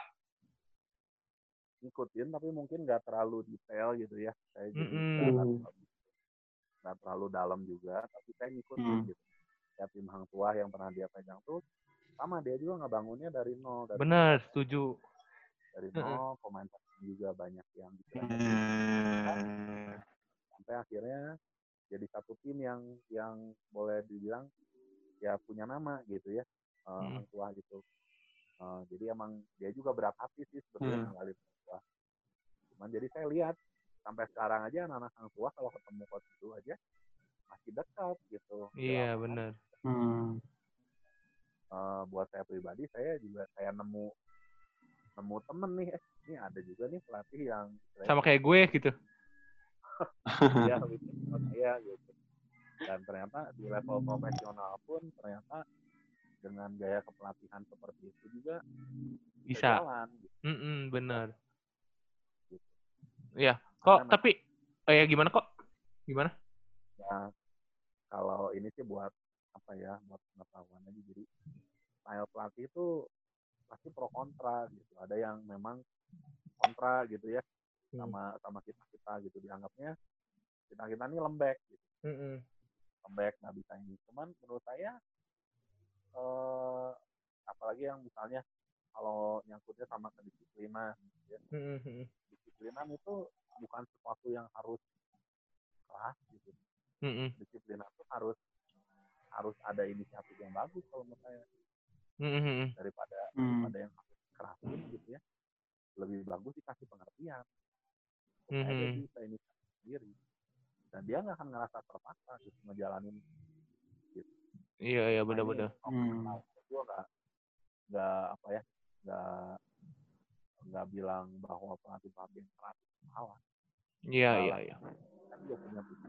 Ngikutin tapi mungkin nggak terlalu detail gitu ya. Saya jadi nggak Mm-mm. nggak Hmm. terlalu, nggak terlalu dalam juga. Tapi saya ngikutin Hmm. gitu. Ya tim Hang Tuah yang pernah dia pegang tuh sama dia juga ngebangunnya dari nol dari Bener, nol setuju. dari Mm-mm. nol pemain juga banyak yang istilahnya belum Eh, sampai akhirnya jadi satu tim yang yang boleh dibilang ya punya nama gitu ya, uh, Hmm. Hang Tuah gitu. Uh, jadi emang dia juga berat hati sih sebetulnya Hmm. ninggalin Hang Tuah. Cuman jadi saya lihat sampai sekarang aja anak-anak Hang Tuah kalau ketemu coach itu aja masih dekat gitu. Iya, Dalam benar. Hmm. uh, buat saya pribadi saya juga saya nemu nemu temen nih, eh ini ada juga nih pelatih yang Sama kayak gue gitu. dia lebih sama saya gitu. Dan ternyata di level profesional pun ternyata dengan gaya kepelatihan seperti itu juga bisa, Bisa. jalan. Gitu. Mm-mm, bener. Gitu. Iya. Kok Karena tapi eh ya gimana kok? Gimana? ya kalau ini sih buat apa ya, buat pengetahuan aja. Jadi style pelatih itu pasti pro kontra gitu. Ada yang memang kontra gitu ya sama sama kita kita gitu, dianggapnya kita kita ini lembek gitu. Mm-mm. Lembek nggak bisa ini. Cuman menurut saya eh, apalagi yang misalnya kalau nyangkutnya sama kedisiplinan gitu ya. Mm-mm. Disiplinan itu bukan sesuatu yang harus keras gitu. Mm-mm. Disiplinan itu harus harus ada inisiatif yang bagus kalau menurut saya. Mm-mm. Daripada Hmm. daripada yang harus kerasin gitu ya. Lebih bagus dikasih pengertian. Supaya Mm-mm. dia bisa inisiatif sendiri. Dan dia nggak akan ngerasa terpaksa gitu ngejalanin gitu. Iya, iya, Nah, benar-benar. ini Hmm. gue nggak nggak apa ya nggak nggak bilang bahwa pelatih pelatih yang keras itu salah. Iya, Nggak iya, lah. iya. Kan dia punya pikiran.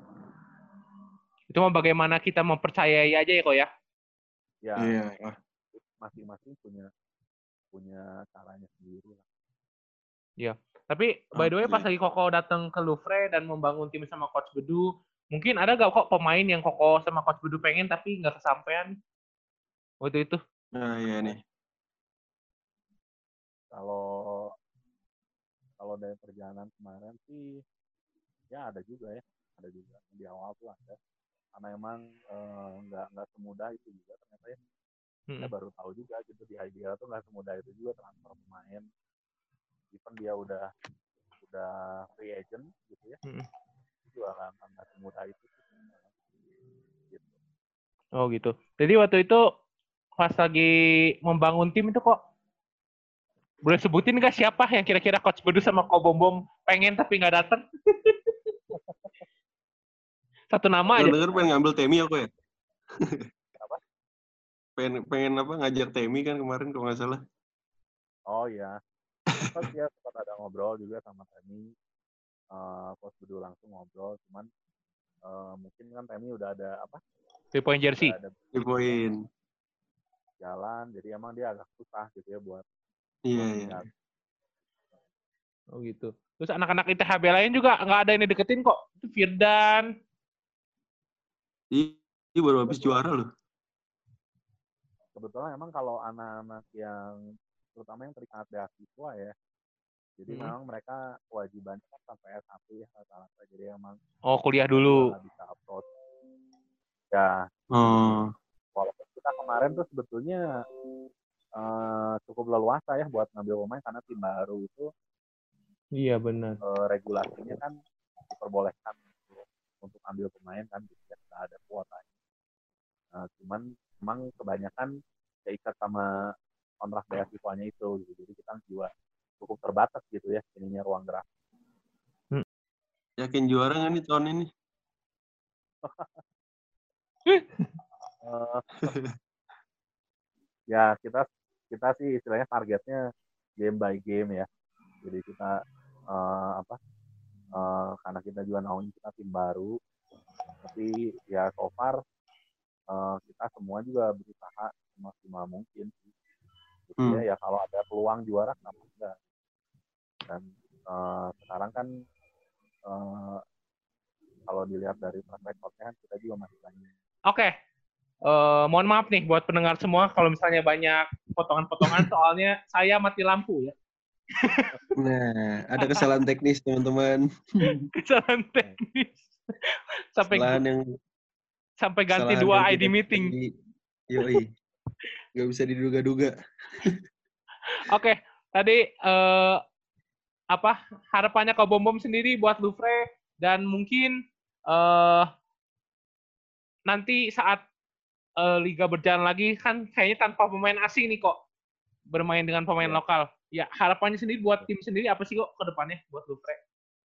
Itu mah bagaimana kita mempercayai aja ya kok ya. Ya Iya. masing-masing punya punya caranya sendiri lah. Iya. Tapi by the way pas Oke. lagi Koko datang ke Louvre dan membangun tim sama Coach Bedu, mungkin ada gak kok pemain yang Koko sama Coach Bedu pengen tapi nggak kesampaian waktu itu? Nah, iya nih. Kalau kalau dari perjalanan kemarin sih ya ada juga ya, ada juga di awal tuh ada. Karena emang eh, nggak nggak semudah itu juga ternyata ya. Mm-mm. Saya baru tahu juga gitu di I B L tuh nggak semudah itu juga transfer pemain. Even dia udah udah free agent gitu ya, Mm-mm. itu juga nggak nggak semudah itu sih. Gitu. Oh gitu. Jadi waktu itu pas lagi membangun tim itu kok boleh sebutin gak siapa yang kira-kira Coach Bedu sama Ko Bom Bom pengen tapi nggak datang? Satu nama aja. Dengar pengen ngambil Temi aku ya? Apa? pengen pengen apa ngajak Temi kan kemarin kalau nggak salah. Oh iya, sempat ya sempat ada ngobrol juga sama Temi. Uh, Coach Bedu langsung ngobrol, cuman uh, mungkin kan Temi udah ada apa? Three point jersey. Udah ada Di poin. jalan, jadi emang dia agak susah gitu ya buat Iya, buat iya. menjaga. Oh gitu. Terus anak-anak I T H B lain juga nggak ada yang deketin kok. Itu Firdan. Ini baru habis juara loh. Kebetulan emang kalau anak-anak yang terutama yang terikat beasiswa ya, jadi Hmm. memang mereka kewajibannya kan sampai S satu ya rata-rata. Jadi emang Oh kuliah mereka dulu. juga nggak bisa upload. Ya, Oh. walaupun kita kemarin tuh sebetulnya uh, cukup leluasa ya buat ngambil pemain karena tim baru itu Iya benar. uh, regulasinya kan diperbolehkan untuk, untuk ambil pemain kan, jadi nggak ada kuotanya. Nah, cuman memang kebanyakan keikat sama kontrak beasiswanya itu gitu. Jadi kita juga cukup terbatas gitu ya ininya ruang gerak. Yakin juara nggak nih tahun ini? uh, ya kita kita sih istilahnya targetnya game by game ya. Jadi kita uh, apa uh, karena kita juga naungin kita tim baru, tapi ya so far uh, kita semua juga berusaha semaksimal mungkin. Gitu Hmm. ya, ya kalau ada peluang juara kenapa enggak. Dan uh, sekarang kan uh, kalau dilihat dari track record-nya kita juga masih banyak. Oke. Okay. Uh, mohon maaf nih buat pendengar semua kalau misalnya banyak potongan-potongan soalnya saya mati lampu ya. Nah, ada kesalahan teknis teman-teman. Kesalahan teknis. Sampai kesalahan yang sampai ganti kesalahan dua yang I D tidak meeting. bisa di- Yoi. Gak bisa diduga-duga. Oke, okay. Tadi uh, apa harapannya Ko Bom Bom sendiri buat Louvre dan mungkin uh, nanti saat uh, liga berjalan lagi kan kayaknya tanpa pemain asing nih kok bermain dengan pemain Ya. lokal. Ya harapannya sendiri buat tim sendiri apa sih kok ke depannya buat Louvre?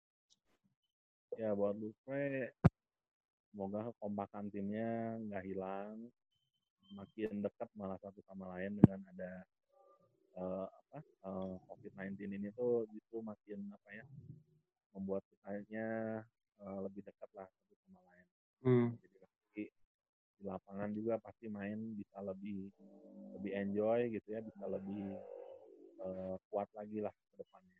Ya buat Louvre, semoga kekompakan timnya nggak hilang, makin dekat malah satu sama lain dengan ada uh, apa uh, covid sembilan belas ini tuh justru makin apa ya membuat kitanya uh, lebih dekat lah satu sama lain. Hmm. Jadi pasti di lapangan juga pasti main bisa lebih lebih enjoy gitu ya, bisa lebih uh, kuat lagi lah ke depannya.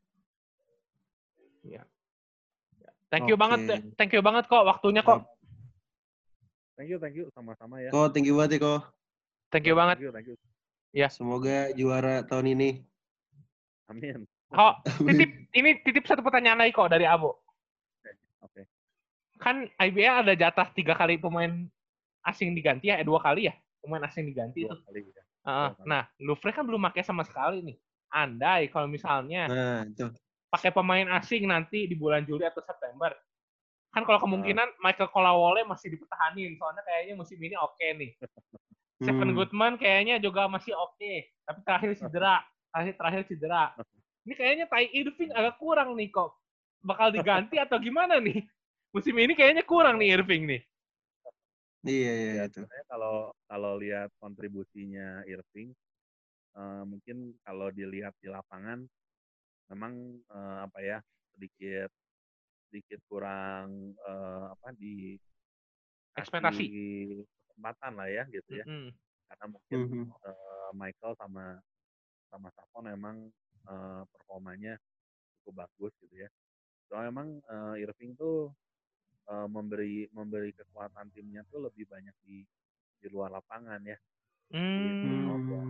Ya. Thank you Oke. banget, thank you banget kok waktunya kok. Thank you, thank you sama-sama ya. Ko, thank you banget ya, Ko. Thank you banget. Thank you, thank you. Ya. Semoga juara tahun ini. Amin. Kok titip ini titip satu pertanyaan lagi kok dari Abo. Oke. Okay. Kan I B L ada jatah tiga kali pemain asing diganti ya, eh, dua kali ya pemain asing diganti Dua itu. kali ya. Uh, nah, Louvre kan belum pakai sama sekali nih. Andai kalau misalnya Nah, itu. pakai pemain asing nanti di bulan Juli atau September, kan kalau kemungkinan uh. Michael Colawole masih dipertahanin, soalnya kayaknya musim ini oke okay nih. Hmm. Stephen Goodman kayaknya juga masih oke, okay, tapi terakhir cedera, terakhir terakhir cedera. Ini kayaknya Ty Irving agak kurang nih kok. Bakal diganti atau gimana nih? Musim ini kayaknya kurang nih Irving nih. Iya, iya, ya, itu. Kalau kalau lihat kontribusinya Irving, uh, mungkin kalau dilihat di lapangan, memang uh, apa ya sedikit sedikit kurang uh, apa di ekspektasi kesempatan lah ya gitu ya. Mm-hmm. Karena mungkin mm-hmm. uh, Michael sama sama Savon memang uh, performanya cukup bagus gitu ya. Soalnya memang uh, Irving tuh uh, memberi memberi kekuatan timnya tuh lebih banyak di di luar lapangan ya. Jadi mm. buat,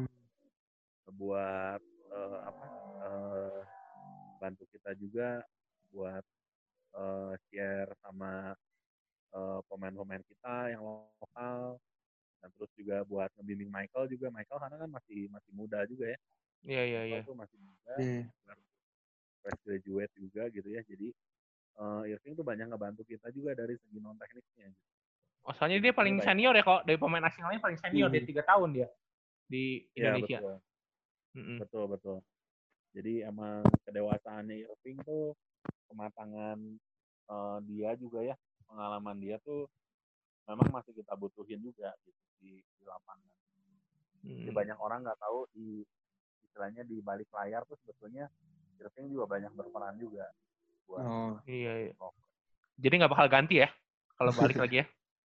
buat uh, apa uh, bantu kita juga buat uh, share sama uh, pemain-pemain kita yang lokal, dan terus juga buat ngebimbing Michael juga. Michael karena kan masih masih muda juga ya. Iya iya iya. Michael tuh masih muda, yeah. fresh graduate juga gitu ya. Jadi uh, Irving tuh banyak ngebantu kita juga dari segi non tekniknya. Gitu. Oh, soalnya dia paling senior ya kok dari pemain asing lain paling senior hmm. dia tiga tahun dia di Indonesia. Ya, betul. Mm-hmm. betul betul. Jadi emang kedewasaannya Irving tuh, kematangan uh, dia juga ya, pengalaman dia tuh memang masih kita butuhin juga gitu di, di lapangan. Hmm. Jadi banyak orang nggak tahu di istilahnya di balik layar tuh sebetulnya Irving juga banyak berperan juga buat. Oh iya. iya. Jadi nggak bakal ganti ya kalau balik lagi ya?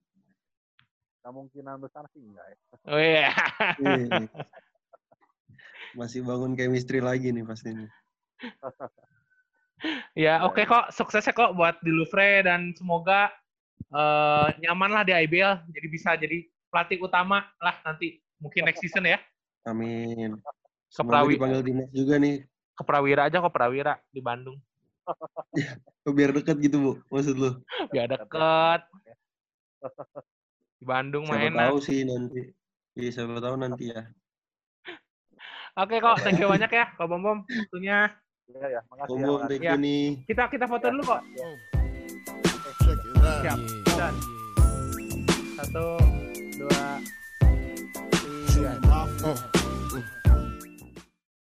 Kemungkinan besar sih enggak ya. Oh iya. Masih bangun chemistry lagi nih pastinya. Ya oke okay, kok, suksesnya kok buat di Louvre dan semoga uh, nyaman lah di I B L, jadi bisa jadi pelatih utama lah nanti mungkin next season ya. Amin. Ke Prawi- dipanggil timnas juga nih. Ke Prawira aja, ke Prawira di Bandung. Biar deket gitu Bu, maksud lu? Biar deket. Di Bandung main. Siapa tahu sih nanti. Iya, siapa tahu nanti ya. Oke kok, thank you banyak ya, Kak Bom Bom, waktunya. Iya ya, makasih Bom Bom, thank you nih. Kita kita foto dulu kok. Siap. Dan satu, dua, tiga.